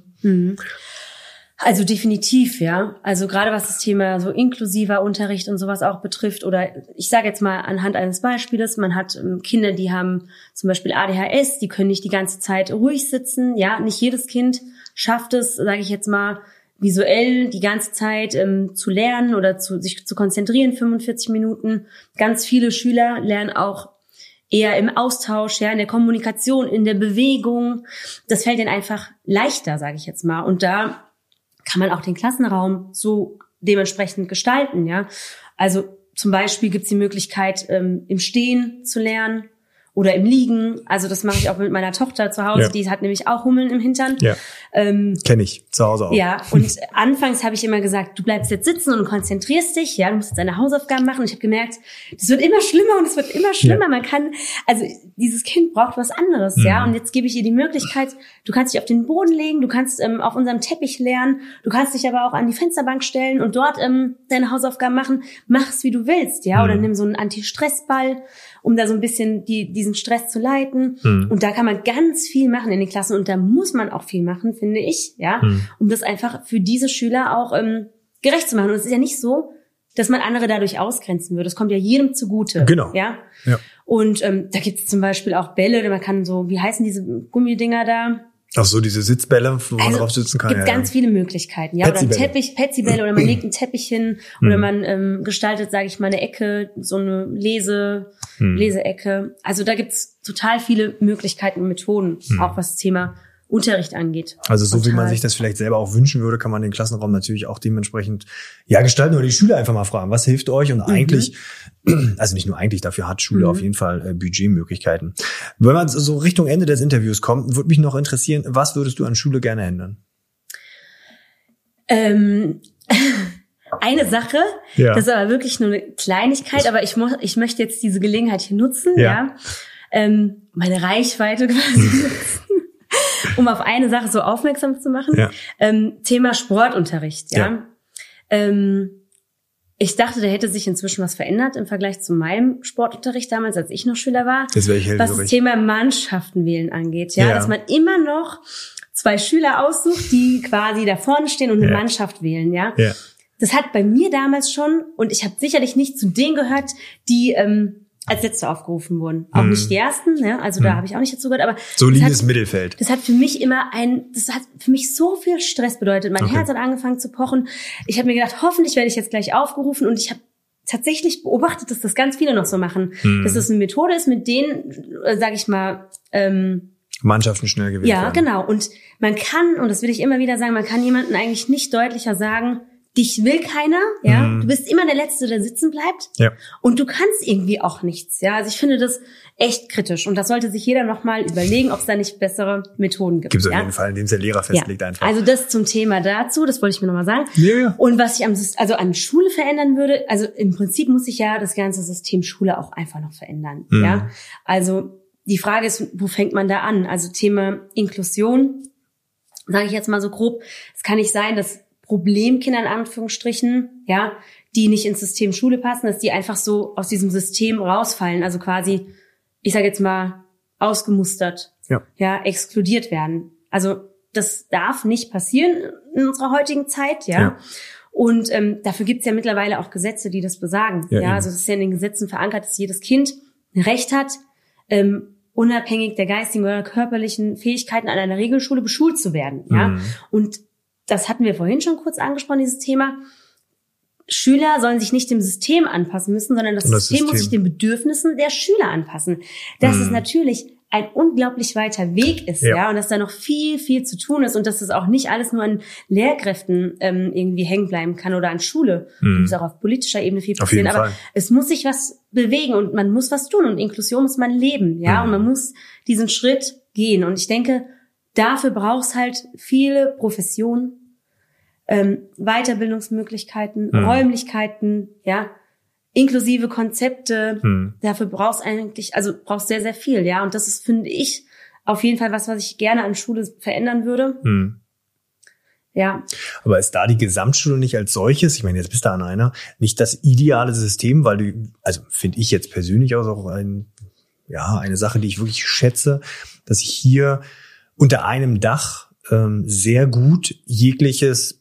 Also definitiv, ja. Also gerade was das Thema so inklusiver Unterricht und sowas auch betrifft oder ich sage jetzt mal anhand eines Beispiels, man hat ähm, Kinder, die haben zum Beispiel A D H S, die können nicht die ganze Zeit ruhig sitzen, ja. Nicht jedes Kind schafft es, sage ich jetzt mal, visuell die ganze Zeit ähm, zu lernen oder zu sich zu konzentrieren, fünfundvierzig Minuten. Ganz viele Schüler lernen auch eher im Austausch, ja, in der Kommunikation, in der Bewegung. Das fällt ihnen einfach leichter, sage ich jetzt mal. Und da kann man auch den Klassenraum so dementsprechend gestalten, ja. Also zum Beispiel gibt's die Möglichkeit, ähm, im Stehen zu lernen oder im Liegen. Also das mache ich auch mit meiner Tochter zu Hause. Ja. Die hat nämlich auch Hummeln im Hintern. Ja. Ähm, Kenn ich, zu Hause auch. Ja, und anfangs habe ich immer gesagt, du bleibst jetzt sitzen und konzentrierst dich. Ja, du musst jetzt deine Hausaufgaben machen. Und ich habe gemerkt, das wird immer schlimmer und es wird immer schlimmer. Ja. Man kann, also dieses Kind braucht was anderes, mhm. ja. Und jetzt gebe ich ihr die Möglichkeit, du kannst dich auf den Boden legen, du kannst ähm, auf unserem Teppich lernen, du kannst dich aber auch an die Fensterbank stellen und dort ähm, deine Hausaufgaben machen. Mach's, wie du willst, ja. Mhm. Oder nimm so einen Anti-Stress-Ball, um da so ein bisschen die, diesen Stress zu leiten. Mhm. Und da kann man ganz viel machen in den Klassen und da muss man auch viel machen, finde ich, ja, mhm. um das einfach für diese Schüler auch ähm, gerecht zu machen. Und es ist ja nicht so, dass man andere dadurch ausgrenzen würde. Es kommt ja jedem zugute. Genau. Ja. ja. Und ähm, da gibt es zum Beispiel auch Bälle, oder man kann so, wie heißen diese Gummidinger da? Ach so, diese Sitzbälle, wo man also, drauf sitzen kann. Es gibt ja, ganz ja. viele Möglichkeiten, ja, oder ein Teppich, Petsybälle, oder man legt einen Teppich hin, oder man ähm, gestaltet, sage ich mal, eine Ecke, so eine Lese, hm. Leseecke. Also da gibt's total viele Möglichkeiten und Methoden, hm. auch was das Thema Unterricht angeht. Also so total. Wie man sich das vielleicht selber auch wünschen würde, kann man den Klassenraum natürlich auch dementsprechend ja gestalten oder die Schüler einfach mal fragen, was hilft euch? Und mhm. eigentlich, also nicht nur eigentlich, dafür hat Schule mhm. auf jeden Fall äh, Budgetmöglichkeiten. Wenn man so Richtung Ende des Interviews kommt, würde mich noch interessieren, was würdest du an Schule gerne ändern? Ähm, eine Sache, ja. Das ist aber wirklich nur eine Kleinigkeit, das aber ich, mo- ich möchte jetzt diese Gelegenheit hier nutzen, ja, ja ähm, meine Reichweite quasi nutzen. Um auf eine Sache so aufmerksam zu machen. Ja. Ähm, Thema Sportunterricht, ja. ja. Ähm, ich dachte, da hätte sich inzwischen was verändert im Vergleich zu meinem Sportunterricht damals, als ich noch Schüler war. Das wäre ich hellhörig. Was das Thema Mannschaften wählen angeht, ja? ja. Dass man immer noch zwei Schüler aussucht, die quasi da vorne stehen und eine ja. Mannschaft wählen, ja. ja. das hat bei mir damals schon, und ich habe sicherlich nicht zu denen gehört, die ähm, als Letzte aufgerufen wurden. Auch hm. nicht die Ersten, ne? Also hm. da habe ich auch nicht dazu gehört. Aber solides Mittelfeld. Das hat für mich immer ein, das hat für mich so viel Stress bedeutet. Mein okay. Herz hat angefangen zu pochen. Ich habe mir gedacht, hoffentlich werde ich jetzt gleich aufgerufen. Und ich habe tatsächlich beobachtet, dass das ganz viele noch so machen. Hm. Dass das eine Methode ist, mit denen, äh, sage ich mal, ähm, Mannschaften schnell gewinnt ja, werden. Genau. Und man kann, und das will ich immer wieder sagen, man kann jemanden eigentlich nicht deutlicher sagen, dich will keiner, ja. Mm. Du bist immer der Letzte, der sitzen bleibt. Ja. Und du kannst irgendwie auch nichts, ja. Also ich finde das echt kritisch. Und das sollte sich jeder nochmal überlegen, ob es da nicht bessere Methoden gibt. Gibt es auf ja? jeden Fall, indem es der Lehrer festlegt ja. einfach. Also das zum Thema dazu, das wollte ich mir nochmal sagen. Ja, ja. Und was ich am, also an Schule verändern würde, also im Prinzip muss sich ja das ganze System Schule auch einfach noch verändern, mm. ja. Also die Frage ist, wo fängt man da an? Also Thema Inklusion, sage ich jetzt mal so grob. Es kann nicht sein, dass Problemkinder in Anführungsstrichen, ja, die nicht ins System Schule passen, dass die einfach so aus diesem System rausfallen, also quasi, ich sage jetzt mal, ausgemustert, ja, ja, exkludiert werden. Also das darf nicht passieren in unserer heutigen Zeit, ja. ja. Und ähm, dafür gibt's ja mittlerweile auch Gesetze, die das besagen. Ja, ja. Also es ist ja in den Gesetzen verankert, dass jedes Kind ein Recht hat, ähm, unabhängig der geistigen oder körperlichen Fähigkeiten an einer Regelschule beschult zu werden, ja. Mhm. Und das hatten wir vorhin schon kurz angesprochen, dieses Thema. Schüler sollen sich nicht dem System anpassen müssen, sondern das, das System, System muss sich den Bedürfnissen der Schüler anpassen. Das mm. ist natürlich ein unglaublich weiter Weg ist, ja. ja, und dass da noch viel, viel zu tun ist und dass das auch nicht alles nur an Lehrkräften ähm, irgendwie hängen bleiben kann oder an Schule. Mm. Es muss auch auf politischer Ebene viel passieren, aber Fall. Es muss sich was bewegen und man muss was tun und Inklusion muss man leben, ja, mm. und man muss diesen Schritt gehen und ich denke, dafür braucht's halt viele Professionen, ähm, Weiterbildungsmöglichkeiten, hm. Räumlichkeiten, ja, inklusive Konzepte. Hm. Dafür brauchst eigentlich, also brauchst sehr, sehr viel, ja. Und das ist, finde ich, auf jeden Fall was, was ich gerne an Schule verändern würde. Hm. Ja. Aber ist da die Gesamtschule nicht als solches, ich meine, jetzt bist du an einer, nicht das ideale System, weil du, also finde ich jetzt persönlich auch ein, ja, eine Sache, die ich wirklich schätze, dass ich hier unter einem Dach ähm, sehr gut jegliches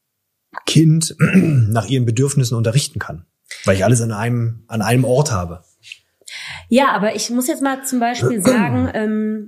Kind nach ihren Bedürfnissen unterrichten kann, weil ich alles an einem an einem Ort habe. Ja, aber ich muss jetzt mal zum Beispiel sagen, ähm,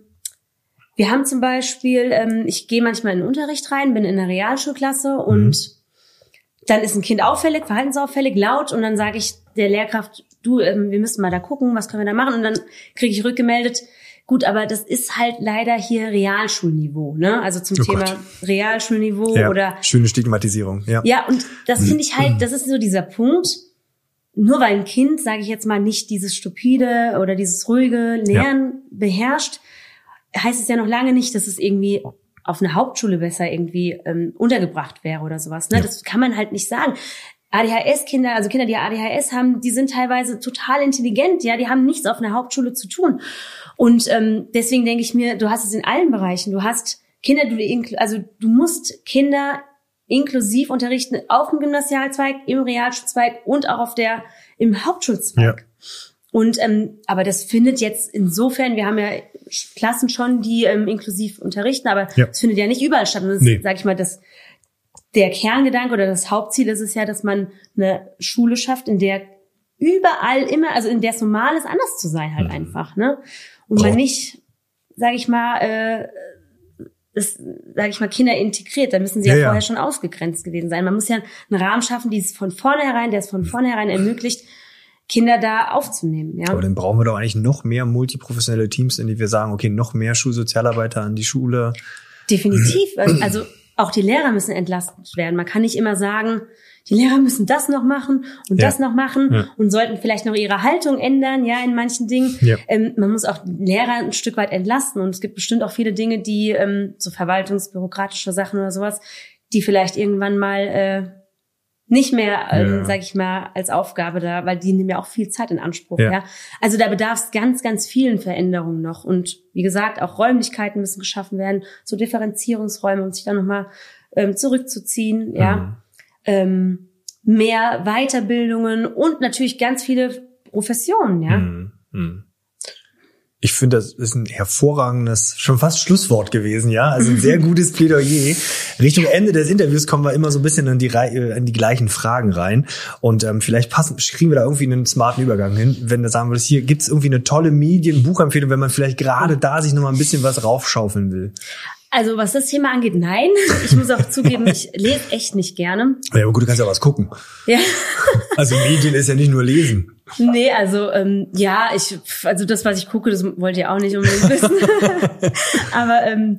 wir haben zum Beispiel, ähm, ich gehe manchmal in den Unterricht rein, bin in der Realschulklasse und mhm. dann ist ein Kind auffällig, verhaltensauffällig, laut und dann sage ich der Lehrkraft, du, ähm, wir müssen mal da gucken, was können wir da machen und dann kriege ich rückgemeldet, gut, aber das ist halt leider hier Realschulniveau, ne? Also zum oh Thema Gott. Realschulniveau ja, oder schöne Stigmatisierung, ja. Ja, und das finde ich halt, das ist so dieser Punkt. Nur weil ein Kind, sage ich jetzt mal, nicht dieses stupide oder dieses ruhige Lernen ja. beherrscht, heißt es ja noch lange nicht, dass es irgendwie auf einer Hauptschule besser irgendwie ähm, untergebracht wäre oder sowas. Ne? Ja. Das kann man halt nicht sagen. A D H S-Kinder, also Kinder, die A D H S haben, die sind teilweise total intelligent, ja, die haben nichts auf einer Hauptschule zu tun. Und ähm, deswegen denke ich mir, du hast es in allen Bereichen. Du hast Kinder, du also du musst Kinder inklusiv unterrichten auf dem Gymnasialzweig, im Realschulzweig und auch auf der im Hauptschulzweig. Ja. Und ähm, aber das findet jetzt insofern, wir haben ja Klassen schon, die ähm, inklusiv unterrichten, aber ja. das findet ja nicht überall statt. Und das, nee. sag ich mal, das der Kerngedanke oder das Hauptziel ist es ja, dass man eine Schule schafft, in der überall immer, also in der es normal ist, anders zu sein halt mhm. einfach, ne? Und man nicht, sage ich mal, äh, das, sage ich mal, Kinder integriert, da müssen sie ja, ja vorher ja. schon ausgegrenzt gewesen sein. Man muss ja einen Rahmen schaffen, die es von vornherein, der es von vornherein ermöglicht, Kinder da aufzunehmen. Ja. Aber dann brauchen wir doch eigentlich noch mehr multiprofessionelle Teams, in die wir sagen, okay, noch mehr Schulsozialarbeiter an die Schule. Definitiv. Also auch die Lehrer müssen entlastet werden. Man kann nicht immer sagen, die Lehrer müssen das noch machen und ja. das noch machen ja. und sollten vielleicht noch ihre Haltung ändern, ja, in manchen Dingen. Ja. Ähm, man muss auch Lehrer ein Stück weit entlasten und es gibt bestimmt auch viele Dinge, die ähm, so verwaltungsbürokratische Sachen oder sowas, die vielleicht irgendwann mal äh, nicht mehr, ähm, ja. sag ich mal, als Aufgabe da, weil die nehmen ja auch viel Zeit in Anspruch, ja. ja. Also da bedarf es ganz, ganz vielen Veränderungen noch und wie gesagt, auch Räumlichkeiten müssen geschaffen werden, so Differenzierungsräume, um sich dann nochmal ähm, zurückzuziehen, mhm. ja. Ähm, mehr Weiterbildungen und natürlich ganz viele Professionen, ja. Mhm. Mhm. Ich finde, das ist ein hervorragendes, schon fast Schlusswort gewesen, ja. Also ein sehr gutes Plädoyer. Richtung Ende des Interviews kommen wir immer so ein bisschen in die, in die gleichen Fragen rein. Und ähm, vielleicht passen, kriegen wir da irgendwie einen smarten Übergang hin. Wenn du sagen würdest, hier gibt's irgendwie eine tolle Medien-Buchempfehlung, wenn man vielleicht gerade da sich nochmal ein bisschen was raufschaufeln will. Also was das Thema angeht, nein. Ich muss auch zugeben, ich lese echt nicht gerne. Ja, aber gut, du kannst ja was gucken. Ja. Also Medien ist ja nicht nur lesen. Nee, also ähm, ja, ich also das, was ich gucke, das wollt ihr auch nicht unbedingt wissen. Aber ähm,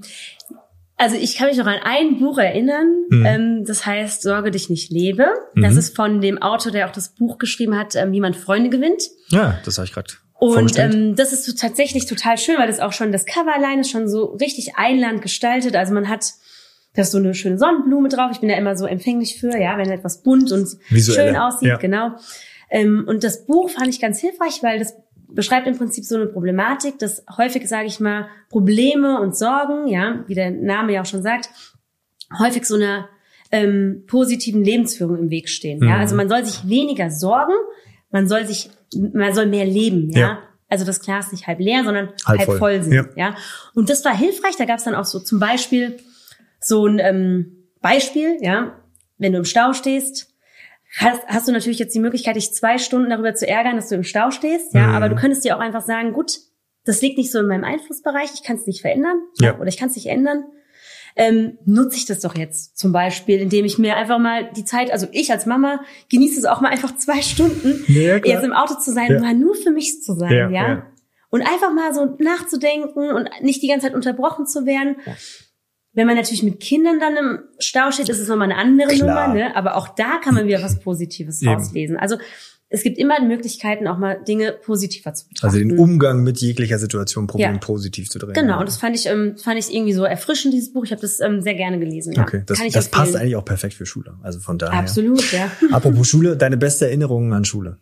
also ich kann mich noch an ein Buch erinnern, mhm. ähm, das heißt Sorge dich nicht lebe. Mhm. Das ist von dem Autor, der auch das Buch geschrieben hat, ähm, wie man Freunde gewinnt. Ja, das habe ich gerade. Und ähm, das ist so tatsächlich total schön, weil das auch schon, das Cover allein ist schon so richtig einladend gestaltet. Also man hat, da ist so eine schöne Sonnenblume drauf. Ich bin da immer so empfänglich für, ja, wenn etwas bunt und visuell schön aussieht, ja. Genau. Ähm, und das Buch fand ich ganz hilfreich, weil das beschreibt im Prinzip so eine Problematik, dass häufig, sage ich mal, Probleme und Sorgen, ja, wie der Name ja auch schon sagt, häufig so einer ähm, positiven Lebensführung im Weg stehen. Mhm. Ja, also man soll sich weniger sorgen, man soll sich man soll mehr leben, ja. ja. Also das Glas nicht halb leer, sondern halb, halb voll, voll sind, ja. ja. Und das war hilfreich. Da gab es dann auch so zum Beispiel so ein ähm, Beispiel, ja. Wenn du im Stau stehst, hast, hast du natürlich jetzt die Möglichkeit, dich zwei Stunden darüber zu ärgern, dass du im Stau stehst, ja. Mhm. Aber du könntest dir auch einfach sagen, gut, das liegt nicht so in meinem Einflussbereich, ich kann es nicht verändern, ja. Ja, oder ich kann es nicht ändern. Ähm, nutze ich das doch jetzt zum Beispiel, indem ich mir einfach mal die Zeit, also ich als Mama genieße es auch mal einfach zwei Stunden, ja, jetzt im Auto zu sein, ja. mal nur für mich zu sein, ja, ja? ja. Und einfach mal so nachzudenken und nicht die ganze Zeit unterbrochen zu werden. Ja. Wenn man natürlich mit Kindern dann im Stau steht, ist es nochmal eine andere Klar. Nummer, ne? Aber auch da kann man wieder was Positives Eben. rauslesen. Also es gibt immer Möglichkeiten, auch mal Dinge positiver zu betrachten. Also den Umgang mit jeglicher Situation probieren, ja. positiv zu drehen. Genau, und das fand ich ähm, fand ich irgendwie so erfrischend, dieses Buch. Ich habe das ähm, sehr gerne gelesen. Ja. Okay, das, das passt eigentlich auch perfekt für Schule. Also von daher. Absolut, ja. Apropos Schule, deine beste Erinnerung an Schule?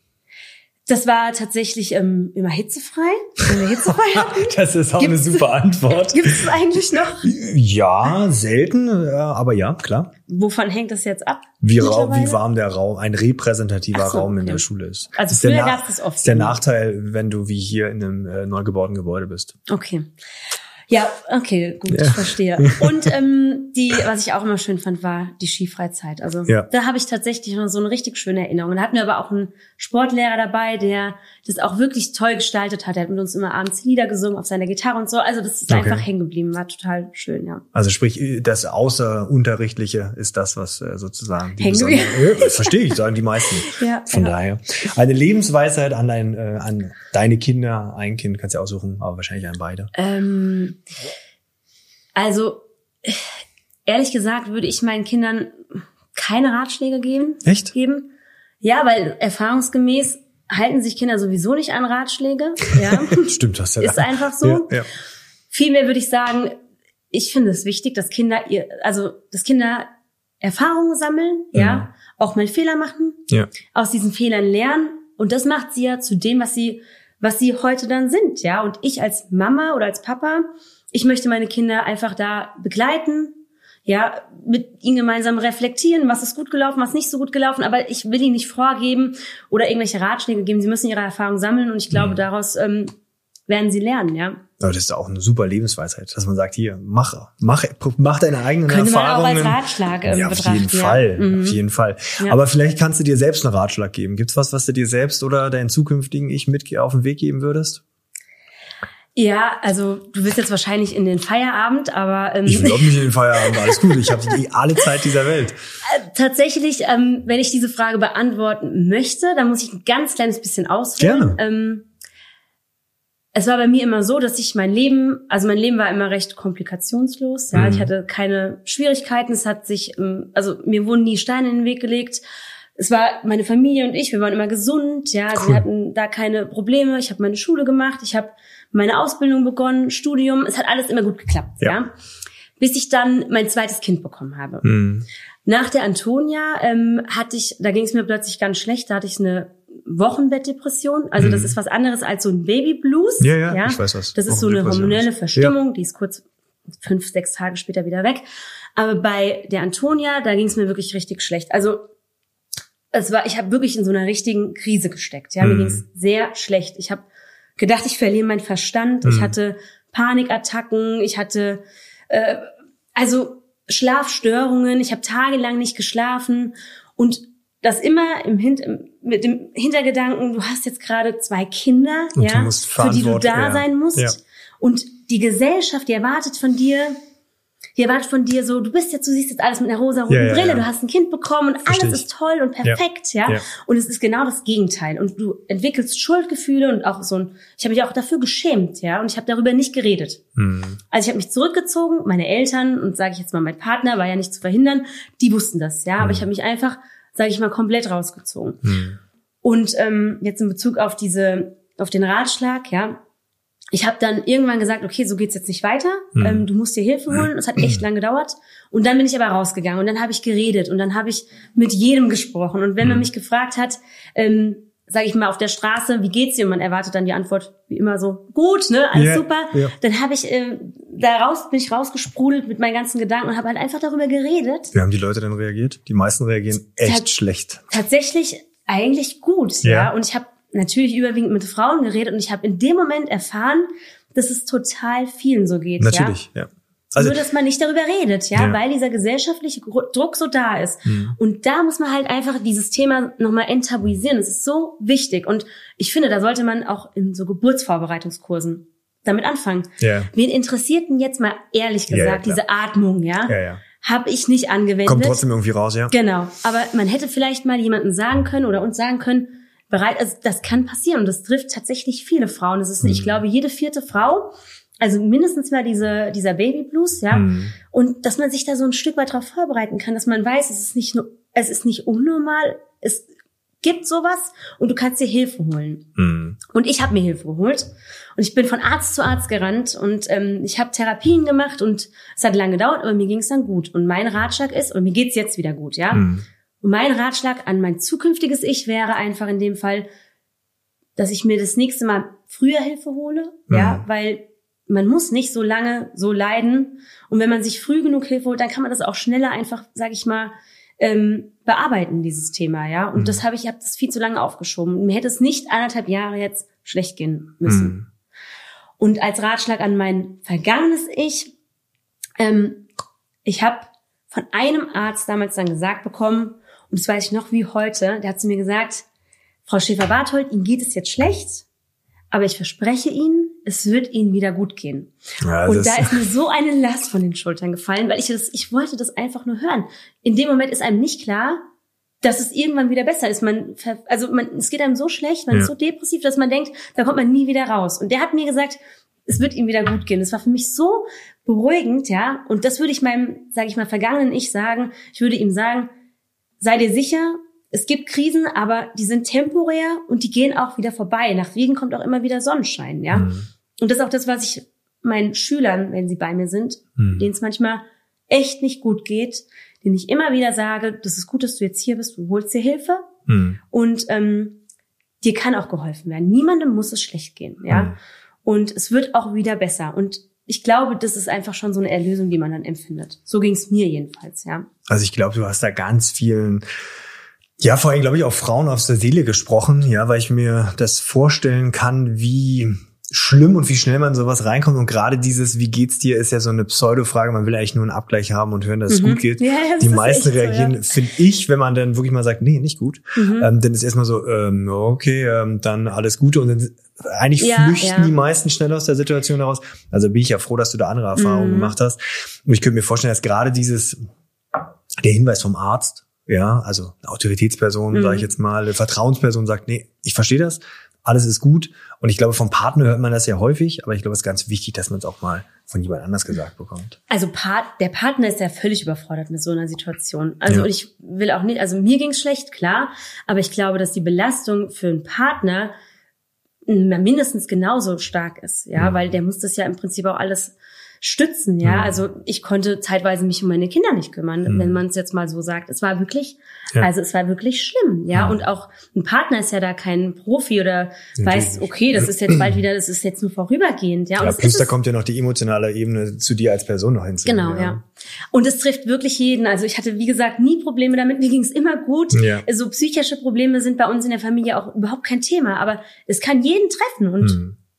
Das war tatsächlich ähm, immer hitzefrei. Wenn wir hitzefrei hatten. Das ist auch Gibt's, eine super Antwort. Gibt es eigentlich noch? Ja, selten, aber ja, klar. Wovon hängt das jetzt ab? Wie, rau, wie warm der Raum, ein repräsentativer so, Raum in okay. der Schule ist. Also ist früher gab es das oft. Das ist der Nachteil, wenn du wie hier in einem äh, neu gebauten Gebäude bist. Okay. Ja, okay, gut, ja. ich verstehe. Und ähm, die, was ich auch immer schön fand, war die Skifreizeit. Also ja. da habe ich tatsächlich noch so eine richtig schöne Erinnerung. Und da hatten wir aber auch einen Sportlehrer dabei, der das auch wirklich toll gestaltet hat. Er hat mit uns immer abends Lieder gesungen auf seiner Gitarre und so. Also das ist okay. einfach hängen geblieben, war total schön, ja. Also sprich, das Außerunterrichtliche ist das, was äh, sozusagen die besondere, ja, das verstehe ich, sagen die meisten. Ja, Von ja. daher. Eine Lebensweisheit an, dein, äh, an deine Kinder, ein Kind kannst du aussuchen, aber wahrscheinlich an beide. Ähm, Also, ehrlich gesagt, würde ich meinen Kindern keine Ratschläge geben. Echt? Geben. Ja, weil erfahrungsgemäß halten sich Kinder sowieso nicht an Ratschläge. Ja. Stimmt, das ja. Ist einfach so. Ja, ja. Vielmehr würde ich sagen, ich finde es wichtig, dass Kinder ihr, also, dass Kinder Erfahrungen sammeln, ja, ja. auch mal Fehler machen, ja. aus diesen Fehlern lernen. Und das macht sie ja zu dem, was sie, was sie heute dann sind, ja. Und ich als Mama oder als Papa, ich möchte meine Kinder einfach da begleiten, ja, mit ihnen gemeinsam reflektieren, was ist gut gelaufen, was nicht so gut gelaufen, aber ich will ihnen nicht vorgeben oder irgendwelche Ratschläge geben. Sie müssen ihre Erfahrungen sammeln und ich glaube, mhm. daraus ähm, werden sie lernen, ja. Aber das ist auch eine super Lebensweisheit, dass man sagt, hier, mach, mach, mach deine eigenen Könnte Erfahrungen. Könnte man auch als Ratschlag ähm, ja, auf betrachten. jeden Fall, ja. auf jeden Fall. Ja. Aber vielleicht kannst du dir selbst einen Ratschlag geben. Gibt's was, was du dir selbst oder deinen zukünftigen Ich mit auf den Weg geben würdest? Ja, also du willst jetzt wahrscheinlich in den Feierabend, aber ähm, ich will auch nicht in den Feierabend. Alles gut, ich habe alle Zeit dieser Welt. Äh, tatsächlich, ähm, wenn ich diese Frage beantworten möchte, dann muss ich ein ganz kleines bisschen ausholen. Gerne. Ähm, es war bei mir immer so, dass ich mein Leben, also mein Leben war immer recht komplikationslos. Ja, mhm. ich hatte keine Schwierigkeiten. Es hat sich, also mir wurden nie Steine in den Weg gelegt. Es war meine Familie und ich, wir waren immer gesund. Ja, also cool. wir hatten da keine Probleme. Ich habe meine Schule gemacht, ich habe meine Ausbildung begonnen, Studium. Es hat alles immer gut geklappt. Ja, ja? Bis ich dann mein zweites Kind bekommen habe. Mhm. Nach der Antonia ähm, hatte ich, da ging es mir plötzlich ganz schlecht. Da hatte ich eine Wochenbettdepression. Also mhm. das ist was anderes als so ein Babyblues. Ja, ja, ja, ich weiß was. Das ist so eine hormonelle Verstimmung, ja. die ist kurz fünf, sechs Tage später wieder weg. Aber bei der Antonia, da ging es mir wirklich richtig schlecht. Also es war, ich habe wirklich in so einer richtigen Krise gesteckt. Ja, mhm. mir ging es sehr schlecht. Ich habe gedacht, ich verliere meinen Verstand. Mhm. Ich hatte Panikattacken, ich hatte äh, also Schlafstörungen, ich habe tagelang nicht geschlafen und das immer im Hin- mit dem Hintergedanken, du hast jetzt gerade zwei Kinder, und ja, du musst für die du da ja. sein musst. Ja. Und die Gesellschaft, die erwartet von dir, die erwartet von dir so, du bist jetzt, du siehst jetzt alles mit einer rosa-roten ja, ja, Brille, ja. du hast ein Kind bekommen und Versteh alles ich. ist toll und perfekt, ja. Ja. ja. Und es ist genau das Gegenteil. Und du entwickelst Schuldgefühle und auch so ein, ich habe mich auch dafür geschämt, ja, und ich habe darüber nicht geredet. Mhm. Also ich habe mich zurückgezogen, meine Eltern und sage ich jetzt mal, mein Partner war ja nicht zu verhindern, die wussten das, ja, mhm. aber ich habe mich einfach, sage ich mal, komplett rausgezogen. Mhm. Und ähm, jetzt in Bezug auf diese, auf den Ratschlag, ja, ich habe dann irgendwann gesagt, okay, so geht's jetzt nicht weiter. Mhm. Ähm, du musst dir Hilfe holen. Es hat echt lang gedauert. Und dann bin ich aber rausgegangen und dann habe ich geredet und dann habe ich mit jedem gesprochen. Und wenn man mich gefragt hat, ähm, sage ich mal auf der Straße, wie geht's dir? Und man erwartet dann die Antwort wie immer so, gut, ne, alles yeah, super. Yeah. Dann habe ich äh, da raus, bin ich rausgesprudelt mit meinen ganzen Gedanken und habe halt einfach darüber geredet. Wie haben die Leute denn reagiert? Die meisten reagieren echt Tats- schlecht. Tatsächlich eigentlich gut, yeah. ja. Und ich habe natürlich überwiegend mit Frauen geredet und ich habe in dem Moment erfahren, dass es total vielen so geht. Natürlich, ja. ja. Also, nur, dass man nicht darüber redet, ja, ja. weil dieser gesellschaftliche Druck so da ist. Mhm. Und da muss man halt einfach dieses Thema nochmal enttabuisieren. Das ist so wichtig. Und ich finde, da sollte man auch in so Geburtsvorbereitungskursen damit anfangen. Ja. Wen interessiert denn jetzt mal ehrlich gesagt ja, ja, diese Atmung, ja? Ja, ja. Habe ich nicht angewendet. Kommt trotzdem irgendwie raus, ja. Genau. Aber man hätte vielleicht mal jemandem sagen können oder uns sagen können, bereit, also das kann passieren und das trifft tatsächlich viele Frauen. Das ist, mhm. ich glaube, jede vierte Frau, also mindestens mal diese, dieser Baby Blues, ja. Mhm. Und dass man sich da so ein Stück weit drauf vorbereiten kann, dass man weiß, es ist nicht nur, es ist nicht unnormal, es gibt sowas und du kannst dir Hilfe holen. Mhm. Und ich habe mir Hilfe geholt und ich bin von Arzt zu Arzt gerannt und ähm, ich habe Therapien gemacht und es hat lange gedauert, aber mir ging es dann gut. Und mein Ratschlag ist, und mir geht's jetzt wieder gut, ja. Mhm. Und mein Ratschlag an mein zukünftiges Ich wäre einfach in dem Fall, dass ich mir das nächste Mal früher Hilfe hole, mhm. ja, weil man muss nicht so lange so leiden. Und wenn man sich früh genug Hilfe holt, dann kann man das auch schneller einfach, sag ich mal, ähm, bearbeiten, dieses Thema, ja. Und mhm. das habe ich, ich habe das viel zu lange aufgeschoben. Mir hätte es nicht anderthalb Jahre jetzt schlecht gehen müssen. Mhm. Und als Ratschlag an mein vergangenes Ich, ähm, ich habe von einem Arzt damals dann gesagt bekommen, und das weiß ich noch wie heute, der hat zu mir gesagt, Frau Schäfer-Barthold, Ihnen geht es jetzt schlecht, aber ich verspreche Ihnen, es wird Ihnen wieder gut gehen. Ja, und da ist mir so eine Last von den Schultern gefallen, weil ich das, ich wollte das einfach nur hören. In dem Moment ist einem nicht klar, dass es irgendwann wieder besser ist. Man, also man, es geht einem so schlecht, man ja. ist so depressiv, dass man denkt, da kommt man nie wieder raus. Und der hat mir gesagt, es wird ihm wieder gut gehen. Das war für mich so beruhigend, ja. Und das würde ich meinem, sage ich mal, vergangenen Ich sagen. Ich würde ihm sagen, sei dir sicher, es gibt Krisen, aber die sind temporär und die gehen auch wieder vorbei. Nach Regen kommt auch immer wieder Sonnenschein, ja. Mhm. Und das ist auch das, was ich meinen Schülern, wenn sie bei mir sind, mhm. denen es manchmal echt nicht gut geht, denen ich immer wieder sage, das ist gut, dass du jetzt hier bist, du holst dir Hilfe mhm. und ähm, dir kann auch geholfen werden. Niemandem muss es schlecht gehen, ja. Mhm. Und es wird auch wieder besser. Und ich glaube, das ist einfach schon so eine Erlösung, die man dann empfindet. So ging es mir jedenfalls, ja. Also ich glaube, du hast da ganz vielen, ja, vor allem, glaube ich, auch Frauen aus der Seele gesprochen, ja, weil ich mir das vorstellen kann, wie schlimm und wie schnell man sowas reinkommt. Und gerade dieses, wie geht's dir, ist ja so eine Pseudo-Frage. Man will eigentlich nur einen Abgleich haben und hören, dass es mhm. gut geht. Ja, die meisten reagieren, so, ja. finde ich, wenn man dann wirklich mal sagt, nee, nicht gut, mhm. ähm, dann ist erstmal so, ähm, okay, ähm, dann alles Gute. Und dann eigentlich ja, flüchten ja. die meisten schnell aus der Situation heraus. Also bin ich ja froh, dass du da andere Erfahrungen mhm. gemacht hast. Und ich könnte mir vorstellen, dass gerade dieses, der Hinweis vom Arzt, ja, also eine Autoritätsperson, mhm. sage ich jetzt mal, eine Vertrauensperson sagt, nee, ich verstehe das, alles ist gut. Und ich glaube, vom Partner hört man das ja häufig, aber ich glaube, es ist ganz wichtig, dass man es auch mal von jemand anders gesagt bekommt. Also Part, der Partner ist ja völlig überfordert mit so einer Situation. Also ja. ich will auch nicht, also mir ging's schlecht, klar, aber ich glaube, dass die Belastung für einen Partner mindestens genauso stark ist, ja, mhm. weil der muss das ja im Prinzip auch alles stützen, ja. Mhm. Also ich konnte zeitweise mich um meine Kinder nicht kümmern, mhm. wenn man es jetzt mal so sagt. Es war wirklich, ja. also es war wirklich schlimm, ja. Mhm. Und auch ein Partner ist ja da kein Profi oder ja, weiß, okay, das ist jetzt bald wieder, das ist jetzt nur vorübergehend, ja. Ja, und plus da kommt ja noch die emotionale Ebene zu dir als Person noch hinzu. Genau, ja. ja. Und es trifft wirklich jeden. Also ich hatte, wie gesagt, nie Probleme damit. Mir ging es immer gut. Ja. So psychische Probleme sind bei uns in der Familie auch überhaupt kein Thema. Aber es kann jeden treffen. Und mhm.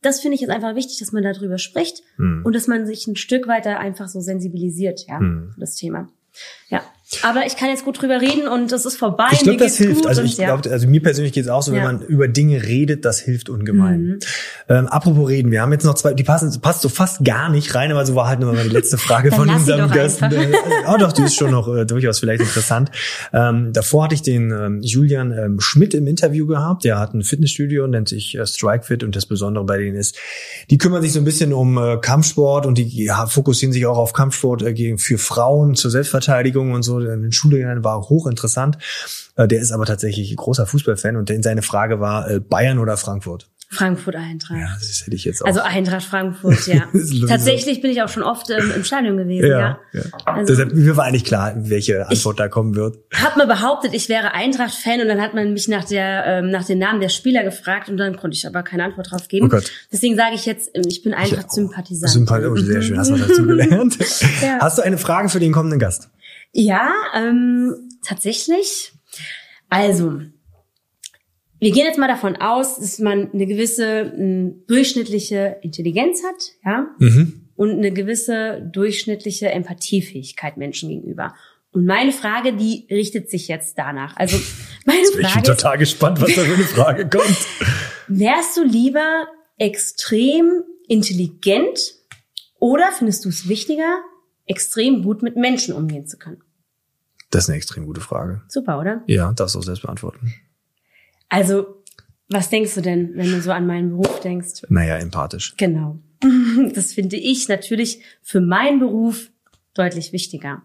das finde ich jetzt einfach wichtig, dass man darüber spricht hm. und dass man sich ein Stück weiter einfach so sensibilisiert, ja, hm. für das Thema. Ja. Aber ich kann jetzt gut drüber reden und es ist vorbei. Ich glaube, das hilft. Also ich glaube, also mir persönlich geht es auch so, wenn ja. man über Dinge redet, das hilft ungemein. Mhm. Ähm, apropos reden, wir haben jetzt noch zwei, die passen, passt so fast gar nicht rein, aber so war halt nur mal die letzte Frage von unserem Gast. Äh, oh doch, die ist schon noch äh, durchaus vielleicht interessant. Ähm, davor hatte ich den ähm, Julian ähm, Schmidt im Interview gehabt. Der hat ein Fitnessstudio, nennt sich äh, StrikeFit, und das Besondere bei denen ist, die kümmern sich so ein bisschen um äh, Kampfsport und die ja, fokussieren sich auch auf Kampfsport äh, für Frauen zur Selbstverteidigung und so. In der Schule war hochinteressant. Der ist aber tatsächlich ein großer Fußballfan und seine Frage war Bayern oder Frankfurt? Frankfurt Eintracht. Ja, das hätte ich jetzt auch. Also Eintracht Frankfurt, ja. Tatsächlich bin ich auch schon oft im, im Stadion gewesen, ja. ja. ja. Also, deshalb, mir war eigentlich klar, welche Antwort da kommen wird. Ich habe mir behauptet, ich wäre Eintracht-Fan und dann hat man mich nach der ähm, nach den Namen der Spieler gefragt und dann konnte ich aber keine Antwort drauf geben. Oh Gott. Deswegen sage ich jetzt, ich bin Eintracht-Sympathisant. Sympath- oh, sehr schön, hast du was dazu gelernt. Ja. Hast du eine Frage für den kommenden Gast? Ja, ähm, tatsächlich. Also, wir gehen jetzt mal davon aus, dass man eine gewisse m, durchschnittliche Intelligenz hat, ja, mhm. und eine gewisse durchschnittliche Empathiefähigkeit Menschen gegenüber. Und meine Frage, die richtet sich jetzt danach. Also, meine jetzt bin Frage ich bin total gespannt, was da für eine Frage kommt. Wärst du lieber extrem intelligent oder findest du es wichtiger, extrem gut mit Menschen umgehen zu können? Das ist eine extrem gute Frage. Super, oder? Ja, darfst du auch selbst beantworten. Also, was denkst du denn, wenn du so an meinen Beruf denkst? Naja, empathisch. Genau. Das finde ich natürlich für meinen Beruf deutlich wichtiger.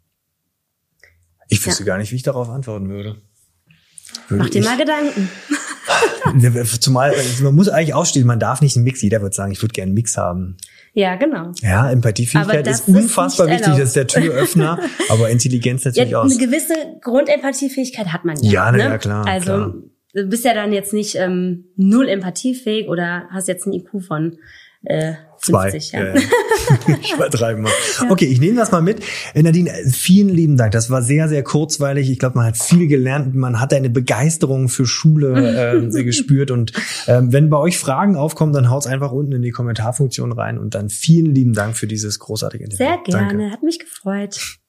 Ich wüsste ja. gar nicht, wie ich darauf antworten würde. würde Mach dir mal Gedanken. Zumal, man muss eigentlich ausstehen, man darf nicht einen Mix. Jeder wird sagen, ich würde gerne einen Mix haben. Ja, genau. Ja, Empathiefähigkeit ist unfassbar ist wichtig, das ist der Türöffner, aber Intelligenz natürlich ja, auch. Eine gewisse Grundempathiefähigkeit hat man ja. Ja, ne? ja klar. Also klar. Du bist ja dann jetzt nicht ähm, null empathiefähig oder hast jetzt ein I Q von äh, fünfzig. Zwei. Ja. Ja. Ich übertreibe mal. Ja. Okay, ich nehme das mal mit. Nadine, vielen lieben Dank. Das war sehr, sehr kurzweilig. Ich glaube, man hat viel gelernt. Man hat eine Begeisterung für Schule äh, gespürt. Und äh, wenn bei euch Fragen aufkommen, dann haut's einfach unten in die Kommentarfunktion rein. Und dann vielen lieben Dank für dieses großartige Interview. Sehr gerne. Danke. Hat mich gefreut.